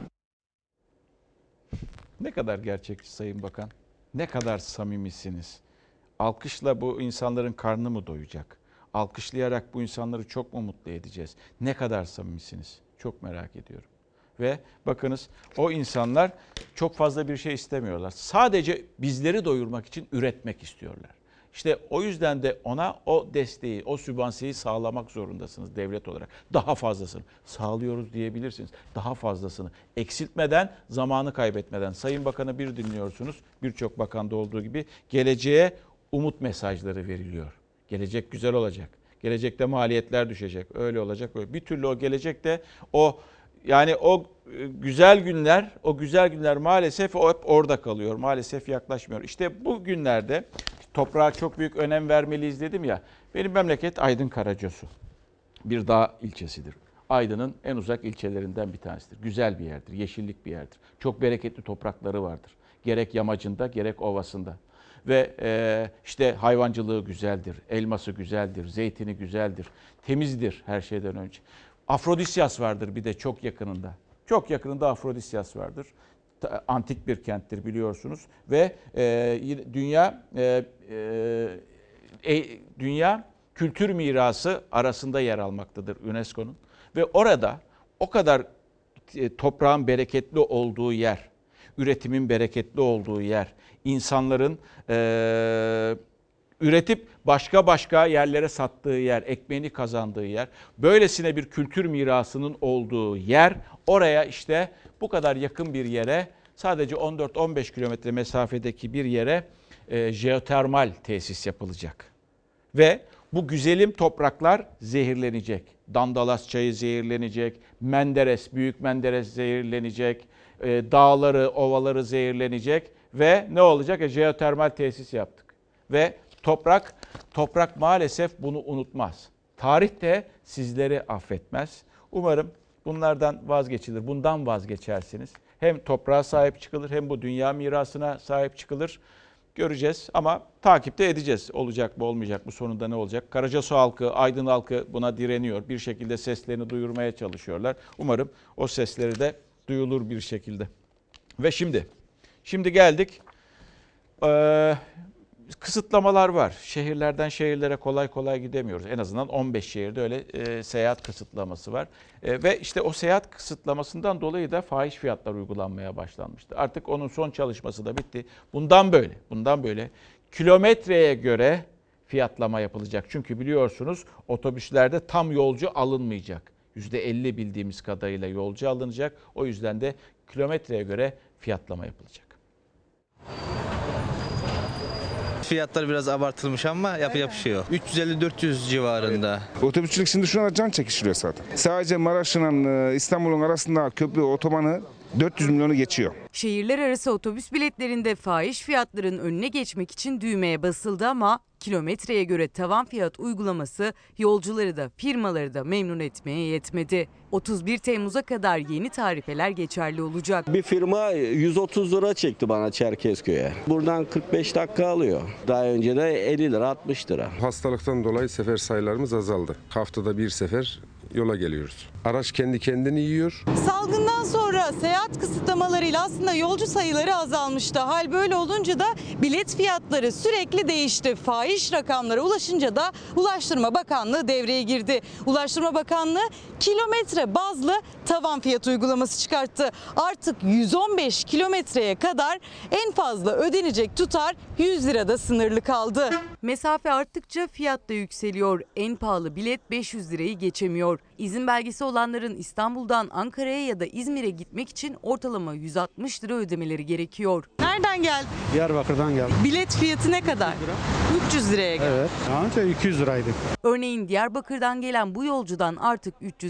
Ne kadar gerçekçi Sayın Bakan, ne kadar samimisiniz. Alkışla bu insanların karnı mı doyacak? Alkışlayarak bu insanları çok mu mutlu edeceğiz? Ne kadar samimisiniz? Çok merak ediyorum. Ve bakınız o insanlar çok fazla bir şey istemiyorlar. Sadece bizleri doyurmak için üretmek istiyorlar. İşte o yüzden de ona o desteği, o sübvanseyi sağlamak zorundasınız devlet olarak. Daha fazlasını sağlıyoruz diyebilirsiniz. Daha fazlasını eksiltmeden, zamanı kaybetmeden. Sayın Bakan'ı bir dinliyorsunuz, birçok bakanda olduğu gibi geleceğe umut mesajları veriliyor. Gelecek güzel olacak. Gelecekte maliyetler düşecek. Öyle olacak böyle. Bir türlü o gelecekte o güzel günler maalesef o hep orada kalıyor. Maalesef yaklaşmıyor. İşte bu günlerde toprağa çok büyük önem vermeliyiz dedim ya. Benim memleket Aydın Karacasu. Bir dağ ilçesidir. Aydın'ın en uzak ilçelerinden bir tanesidir. Güzel bir yerdir, yeşillik bir yerdir. Çok bereketli toprakları vardır. Gerek yamacında gerek ovasında. Ve işte hayvancılığı güzeldir, elması güzeldir, zeytini güzeldir, temizdir her şeyden önce. Afrodisyas vardır bir de çok yakınında. Çok yakınında Afrodisyas vardır. Antik bir kenttir biliyorsunuz. Ve dünya kültür mirası arasında yer almaktadır UNESCO'nun. Ve orada o kadar toprağın bereketli olduğu yer, üretimin bereketli olduğu yer, insanların üretip başka yerlere sattığı yer, ekmeğini kazandığı yer, böylesine bir kültür mirasının olduğu yer, oraya işte bu kadar yakın bir yere, sadece 14-15 kilometre mesafedeki bir yere jeotermal tesis yapılacak. Ve bu güzelim topraklar zehirlenecek. Dandalas çayı zehirlenecek, Menderes, Büyük Menderes zehirlenecek, dağları, ovaları zehirlenecek ve ne olacak? Jeotermal tesis yaptık. Ve toprak maalesef bunu unutmaz. Tarih de sizleri affetmez. Umarım bunlardan vazgeçilir, bundan vazgeçersiniz. Hem toprağa sahip çıkılır hem bu dünya mirasına sahip çıkılır. Göreceğiz ama takipte edeceğiz. Olacak mı olmayacak mı, sonunda ne olacak? Karacasu halkı, Aydın halkı buna direniyor. Bir şekilde seslerini duyurmaya çalışıyorlar. Umarım o sesleri de duyulur bir şekilde. Ve şimdi geldik. Kısıtlamalar var. Şehirlerden şehirlere kolay kolay gidemiyoruz. En azından 15 şehirde öyle seyahat kısıtlaması var. Ve işte o seyahat kısıtlamasından dolayı da fahiş fiyatlar uygulanmaya başlanmıştı. Artık onun son çalışması da bitti. Bundan böyle kilometreye göre fiyatlama yapılacak. Çünkü biliyorsunuz otobüslerde tam yolcu alınmayacak. %50 bildiğimiz kadarıyla yolcu alınacak. O yüzden de kilometreye göre fiyatlama yapılacak. Fiyatlar biraz abartılmış ama yapacak bir şey yok. 350-400 civarında. Otobüsçülük şimdi şu anda can çekiştiriyor zaten. Sadece Maraş'la İstanbul'un arasında köprü, otobanı 400 milyonu geçiyor. Şehirler arası otobüs biletlerinde fahiş fiyatların önüne geçmek için düğmeye basıldı ama kilometreye göre tavan fiyat uygulaması yolcuları da firmaları da memnun etmeye yetmedi. 31 Temmuz'a kadar yeni tarifeler geçerli olacak. Bir firma 130 lira çekti bana Çerkezköy'e. Buradan 45 dakika alıyor. Daha önce de 50 lira 60 lira. Hastalıktan dolayı sefer sayılarımız azaldı. Haftada bir sefer yola geliyoruz. Araç kendi kendini yiyor. Salgından sonra seyahat kısıtlamalarıyla aslında yolcu sayıları azalmıştı. Hal böyle olunca da bilet fiyatları sürekli değişti. Fahiş rakamlara ulaşınca da Ulaştırma Bakanlığı devreye girdi. Ulaştırma Bakanlığı kilometre bazlı tavan fiyat uygulaması çıkarttı. Artık 115 kilometreye kadar en fazla ödenecek tutar 100 lirada sınırlı kaldı. Mesafe arttıkça fiyat da yükseliyor. En pahalı bilet 500 lirayı geçemiyor. İzin belgesi olanların İstanbul'dan Ankara'ya ya da İzmir'e gitmek için ortalama 160 lira ödemeleri gerekiyor. Nereden geldin? Diyarbakır'dan geldim. Bilet fiyatı ne kadar? 300 liraya geldi. Evet. Daha önce 200 liraydı. Örneğin Diyarbakır'dan gelen bu yolcudan artık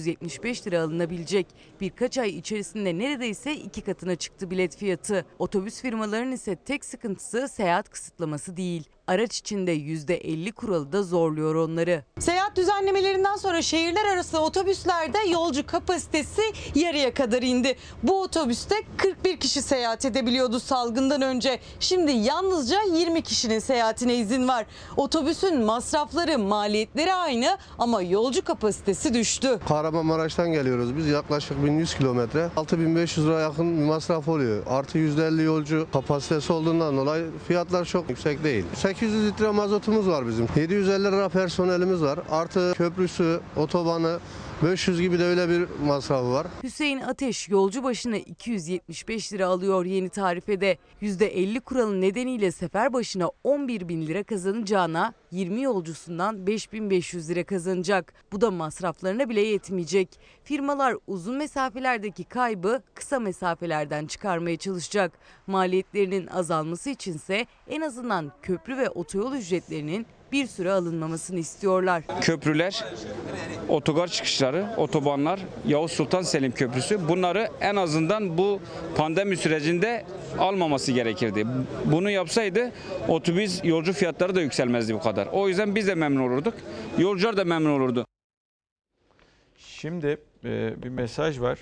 375 lira alınabilecek. Birkaç ay içerisinde neredeyse 2 katına çıktı bilet fiyatı. Otobüs firmalarının ise tek sıkıntısı seyahat kısıtlaması değil. Araç içinde %50 kuralı da zorluyor onları. Seyahat düzenlemelerinden sonra şehirler arası otobüslerde yolcu kapasitesi yarıya kadar indi. Bu otobüste 41 kişi seyahat edebiliyordu salgından önce. Şimdi yalnızca 20 kişinin seyahatine izin var. Otobüsün masrafları, maliyetleri aynı ama yolcu kapasitesi düştü. Kahramanmaraş'tan geliyoruz biz, yaklaşık 1100 kilometre. 6500 lira yakın bir masraf oluyor. Artı %50 yolcu kapasitesi olduğundan dolayı fiyatlar çok yüksek değil. 800 litre mazotumuz var bizim. 750 lira personelimiz var. Artı köprüsü, otobanı, 500 gibi de öyle bir masrafı var. Hüseyin Ateş yolcu başına 275 lira alıyor yeni tarifede. %50 kuralı nedeniyle sefer başına 11 bin lira kazanacağına 20 yolcusundan 5500 lira kazanacak. Bu da masraflarına bile yetmeyecek. Firmalar uzun mesafelerdeki kaybı kısa mesafelerden çıkarmaya çalışacak. Maliyetlerinin azalması içinse en azından köprü ve otoyol ücretlerinin bir süre alınmamasını istiyorlar. Köprüler, otogar çıkışları, otobanlar, Yavuz Sultan Selim Köprüsü, bunları en azından bu pandemi sürecinde almaması gerekirdi. Bunu yapsaydı otobüs yolcu fiyatları da yükselmezdi bu kadar. O yüzden biz de memnun olurduk, yolcular da memnun olurdu. Şimdi bir mesaj var.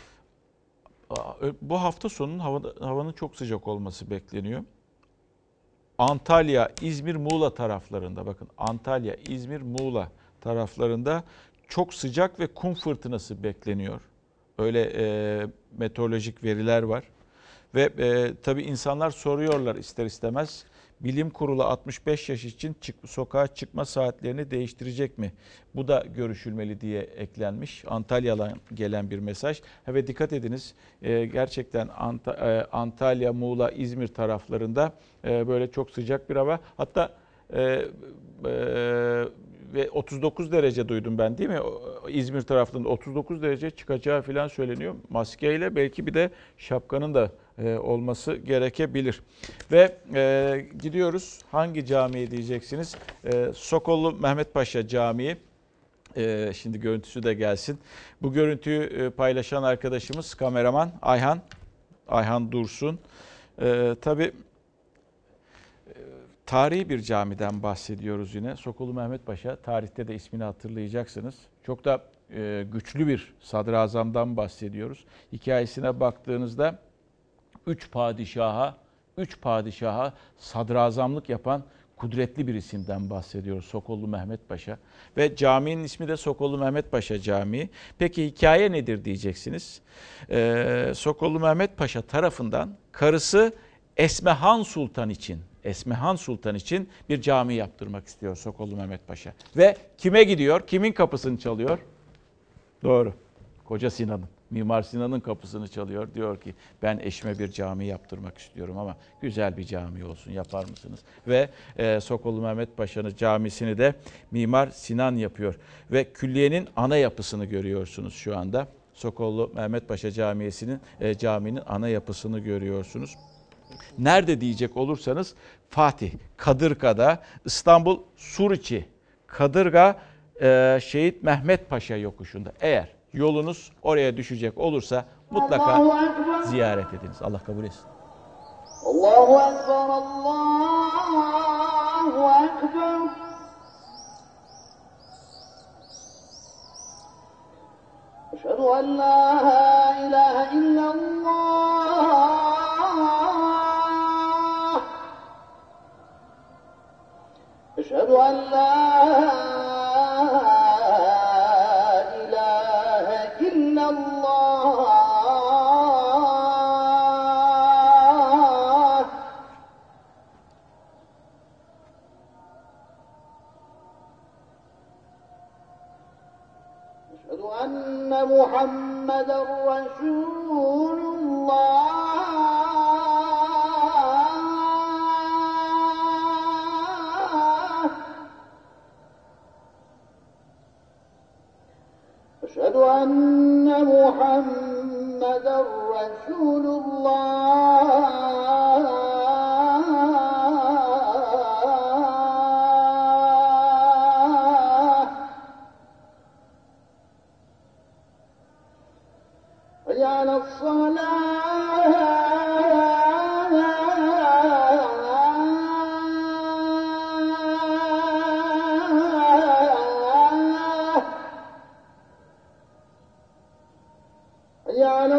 Bu hafta sonunun havanın çok sıcak olması bekleniyor. Antalya, İzmir, Muğla taraflarında, bakın Antalya, İzmir, Muğla taraflarında çok sıcak ve kum fırtınası bekleniyor. Öyle meteorolojik veriler var. Ve tabii insanlar soruyorlar ister istemez. Bilim Kurulu 65 yaş için sokağa çıkma saatlerini değiştirecek mi? Bu da görüşülmeli diye eklenmiş. Antalya'dan gelen bir mesaj. Ve dikkat ediniz, gerçekten Antalya, Muğla, İzmir taraflarında böyle çok sıcak bir hava. Hatta ve 39 derece duydum ben, değil mi? İzmir taraflarında 39 derece çıkacağı falan söyleniyor. Maskeyle, belki bir de şapkanın da olması gerekebilir. Ve gidiyoruz. Hangi camiye diyeceksiniz? Sokollu Mehmet Paşa Camii. Şimdi görüntüsü de gelsin. Bu görüntüyü paylaşan arkadaşımız kameraman Ayhan Dursun. Tabii tarihi bir camiden bahsediyoruz yine. Sokollu Mehmet Paşa, tarihte de ismini hatırlayacaksınız. Çok da güçlü bir sadrazamdan bahsediyoruz. Hikayesine baktığınızda 3 padişaha sadrazamlık yapan kudretli bir isimden bahsediyoruz. Sokollu Mehmet Paşa. Ve caminin ismi de Sokollu Mehmet Paşa Camii. Peki hikaye nedir diyeceksiniz. Sokollu Mehmet Paşa tarafından karısı Esmehan Sultan için bir cami yaptırmak istiyor Sokollu Mehmet Paşa. Ve kime gidiyor? Kimin kapısını çalıyor? Doğru. Koca Sinan'ın. Mimar Sinan'ın kapısını çalıyor. Diyor ki ben eşime bir cami yaptırmak istiyorum ama güzel bir cami olsun, yapar mısınız? Ve Sokollu Mehmet Paşa'nın camisini de Mimar Sinan yapıyor. Ve külliyenin ana yapısını görüyorsunuz şu anda. Sokollu Mehmet Paşa caminin ana yapısını görüyorsunuz. Nerede diyecek olursanız Fatih, Kadırga'da, İstanbul Suriçi, Kadırga, Şehit Mehmet Paşa yokuşunda. Eğer yolunuz oraya düşecek olursa mutlaka ziyaret ediniz. Allah kabul etsin. Allahu Ekber, Allahu Ekber. Eşhedü en la ilahe illallah. Eşhedü en la ilahe illallah. Eşhedü enne Muhammeden Resulullah. أشهد أن محمدا رسول الله حي على الصلاة حي على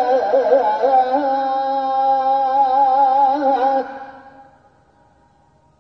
الصلاة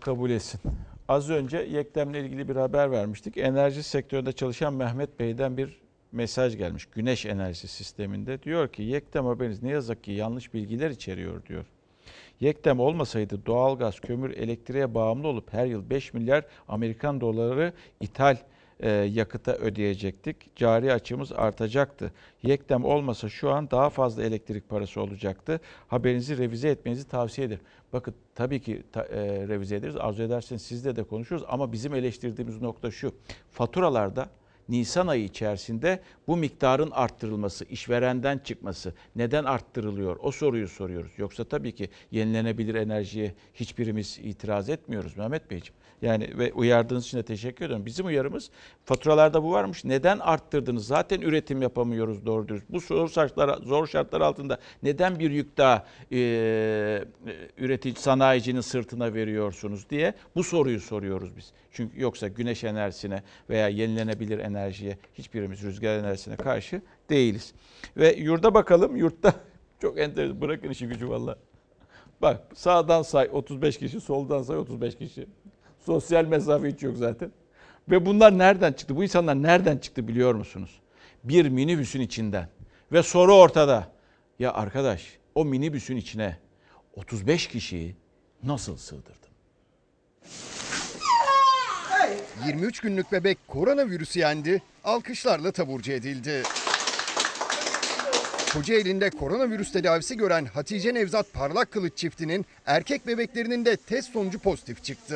kabul etsin. Az önce YEKDEM'le ilgili bir haber vermiştik. Enerji sektöründe çalışan Mehmet Bey'den bir mesaj gelmiş. Güneş enerji sisteminde. Diyor ki YEKDEM haberiniz ne yazık ki yanlış bilgiler içeriyor diyor. YEKDEM olmasaydı doğalgaz, kömür, elektriğe bağımlı olup her yıl 5 milyar Amerikan doları ithal yakıta ödeyecektik. Cari açığımız artacaktı. YEKDEM olmasa şu an daha fazla elektrik parası olacaktı. Haberinizi revize etmenizi tavsiye ederim. Bakın tabii ki revize ederiz. Arzu ederseniz sizle de konuşuruz ama bizim eleştirdiğimiz nokta şu. Faturalarda Nisan ayı içerisinde bu miktarın arttırılması, işverenden çıkması neden arttırılıyor? O soruyu soruyoruz. Yoksa tabii ki yenilenebilir enerjiye hiçbirimiz itiraz etmiyoruz Mehmet Beyciğim. Yani ve uyardığınız için de teşekkür ediyorum. Bizim uyarımız faturalarda bu varmış. Neden arttırdınız? Zaten üretim yapamıyoruz doğru dürüst. Bu zor şartlar altında neden bir yük daha üretici, sanayicinin sırtına veriyorsunuz diye bu soruyu soruyoruz biz. Çünkü yoksa güneş enerjisine veya yenilenebilir enerjiye hiçbirimiz rüzgar enerjisine karşı değiliz. Ve yurda bakalım. Yurtta çok enteresan. Bırakın işi gücü valla. Bak sağdan say 35 kişi, soldan say 35 kişi. Sosyal mesafe hiç yok zaten. Ve bunlar nereden çıktı? Bu insanlar nereden çıktı biliyor musunuz? Bir minibüsün içinden. Ve soru ortada. Ya arkadaş o minibüsün içine 35 kişiyi nasıl sığdırdın? 23 günlük bebek koronavirüsü yendi, alkışlarla taburcu edildi. Kocaeli'nde koronavirüs tedavisi gören Hatice Nevzat Parlakkılıç çiftinin erkek bebeklerinin de test sonucu pozitif çıktı.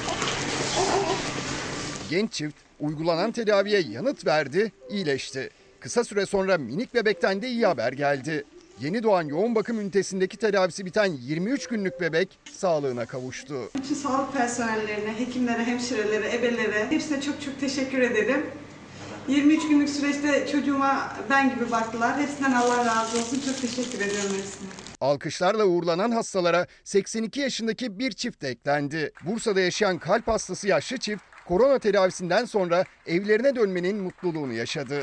Genç çift uygulanan tedaviye yanıt verdi, iyileşti. Kısa süre sonra minik bebekten de iyi haber geldi. Yeni doğan yoğun bakım ünitesindeki tedavisi biten 23 günlük bebek sağlığına kavuştu. Bütün sağlık personellerine, hekimlere, hemşirelere, ebelere hepsine çok çok teşekkür ederim. 23 günlük süreçte çocuğuma ben gibi baktılar. Hepsinden Allah razı olsun. Çok teşekkür ediyorum hepsine. Alkışlarla uğurlanan hastalara 82 yaşındaki bir çift de eklendi. Bursa'da yaşayan kalp hastası yaşlı çift korona tedavisinden sonra evlerine dönmenin mutluluğunu yaşadı.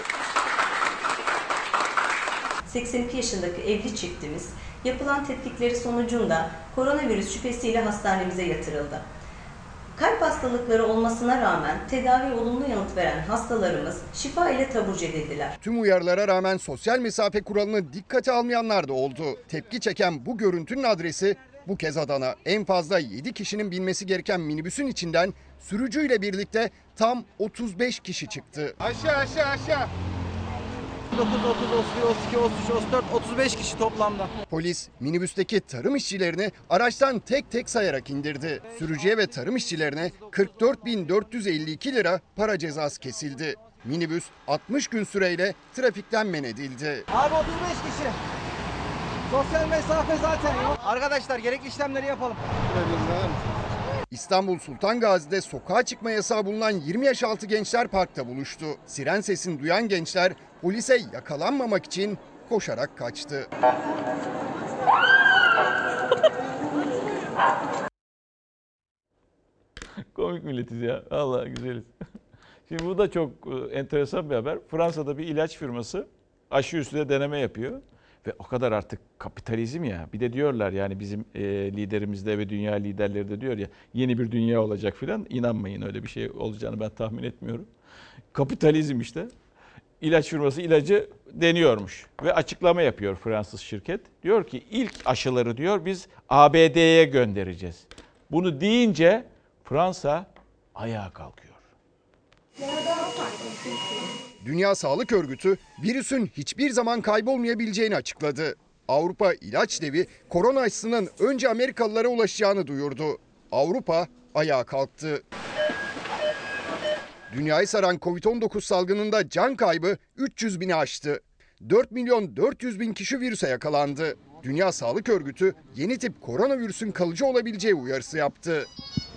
82 yaşındaki evli çiftimiz yapılan tetkikleri sonucunda koronavirüs şüphesiyle hastanemize yatırıldı. Kalp hastalıkları olmasına rağmen tedavi olumlu yanıt veren hastalarımız şifa ile taburcu edildiler. Tüm uyarılara rağmen sosyal mesafe kuralını dikkate almayanlar da oldu. Tepki çeken bu görüntünün adresi bu kez Adana. En fazla 7 kişinin binmesi gereken minibüsün içinden sürücüyle birlikte tam 35 kişi çıktı. Aşağı. 9, 30, 31, 32, 33, 34, 35 kişi toplamda. Polis minibüsteki tarım işçilerini araçtan tek tek sayarak indirdi. Sürücüye ve tarım işçilerine 44.452 lira para cezası kesildi. Minibüs 60 gün süreyle trafikten men edildi. Abi 35 kişi. Sosyal mesafe zaten yok. Arkadaşlar gerekli işlemleri yapalım. İstanbul Sultan Gazi'de sokağa çıkma yasağı bulunan 20 yaş altı gençler parkta buluştu. Siren sesini duyan gençler polise yakalanmamak için koşarak kaçtı. Komik milletiz ya. Vallahi güzeliz. Şimdi bu da çok enteresan bir haber. Fransa'da bir ilaç firması aşı üstüne deneme yapıyor. Ve o kadar artık kapitalizm ya. Bir de diyorlar yani bizim liderimiz de ve dünya liderleri de diyor ya yeni bir dünya olacak filan. İnanmayın öyle bir şey olacağını ben tahmin etmiyorum. Kapitalizm işte. İlaç firması ilacı deniyormuş ve açıklama yapıyor Fransız şirket. Diyor ki ilk aşıları diyor biz ABD'ye göndereceğiz. Bunu deyince Fransa ayağa kalkıyor. Dünya Sağlık Örgütü virüsün hiçbir zaman kaybolmayabileceğini açıkladı. Avrupa İlaç Devi korona aşısının önce Amerikalılara ulaşacağını duyurdu. Avrupa ayağa kalktı. Dünyayı saran Covid-19 salgınında can kaybı 300 bini aştı. 4.400.000 kişi virüse yakalandı. Dünya Sağlık Örgütü yeni tip koronavirüsün kalıcı olabileceği uyarısı yaptı.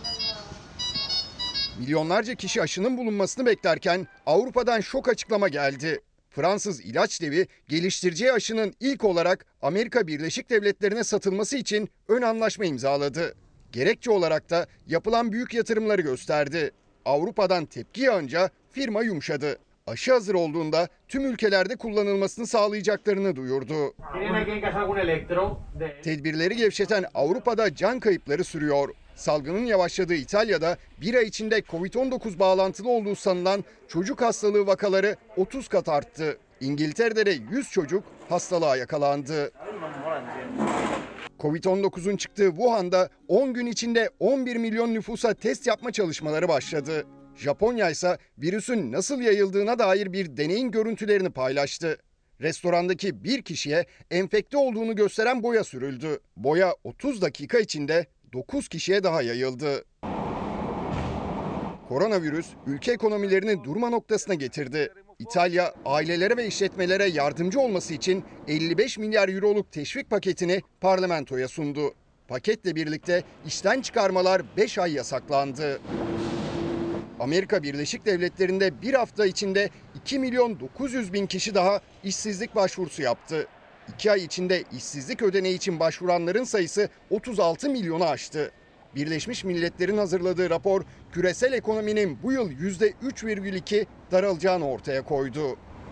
Milyonlarca kişi aşının bulunmasını beklerken Avrupa'dan şok açıklama geldi. Fransız ilaç devi geliştireceği aşının ilk olarak Amerika Birleşik Devletleri'ne satılması için ön anlaşma imzaladı. Gerekçe olarak da yapılan büyük yatırımları gösterdi. Avrupa'dan tepki yağınca firma yumuşadı. Aşı hazır olduğunda tüm ülkelerde kullanılmasını sağlayacaklarını duyurdu. Tedbirleri gevşeten Avrupa'da can kayıpları sürüyor. Salgının yavaşladığı İtalya'da bir ay içinde Covid-19 bağlantılı olduğu sanılan çocuk hastalığı vakaları 30 kat arttı. İngiltere'de de 100 çocuk hastalığa yakalandı. Covid-19'un çıktığı Wuhan'da 10 gün içinde 11 milyon nüfusa test yapma çalışmaları başladı. Japonya ise virüsün nasıl yayıldığına dair bir deneyin görüntülerini paylaştı. Restorandaki bir kişiye enfekte olduğunu gösteren boya sürüldü. Boya 30 dakika içinde 9 kişiye daha yayıldı. Koronavirüs ülke ekonomilerini durma noktasına getirdi. İtalya, ailelere ve işletmelere yardımcı olması için 55 milyar euroluk teşvik paketini parlamentoya sundu. Paketle birlikte işten çıkarmalar 5 ay yasaklandı. Amerika Birleşik Devletleri'nde bir hafta içinde 2 milyon 900 bin kişi daha işsizlik başvurusu yaptı. 2 ay içinde işsizlik ödeneği için başvuranların sayısı 36 milyonu aştı. Birleşmiş Milletler'in hazırladığı rapor küresel ekonominin bu yıl %3,2 daralacağını ortaya koydu.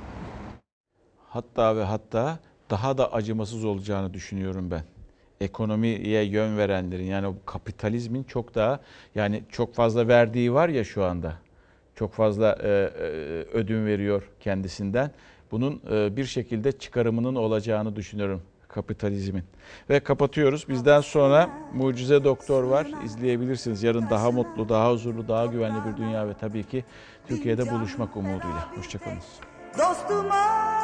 Hatta daha da acımasız olacağını düşünüyorum ben. Ekonomiye yön verenlerin, yani kapitalizmin çok daha, yani çok fazla verdiği var ya şu anda. Çok fazla ödün veriyor kendisinden. Bunun bir şekilde çıkarımının olacağını düşünüyorum kapitalizmin. Ve kapatıyoruz. Bizden sonra Mucize Doktor var. İzleyebilirsiniz. Yarın daha mutlu, daha huzurlu, daha güvenli bir dünya ve tabii ki Türkiye'de buluşmak umuduyla. Hoşçakalın.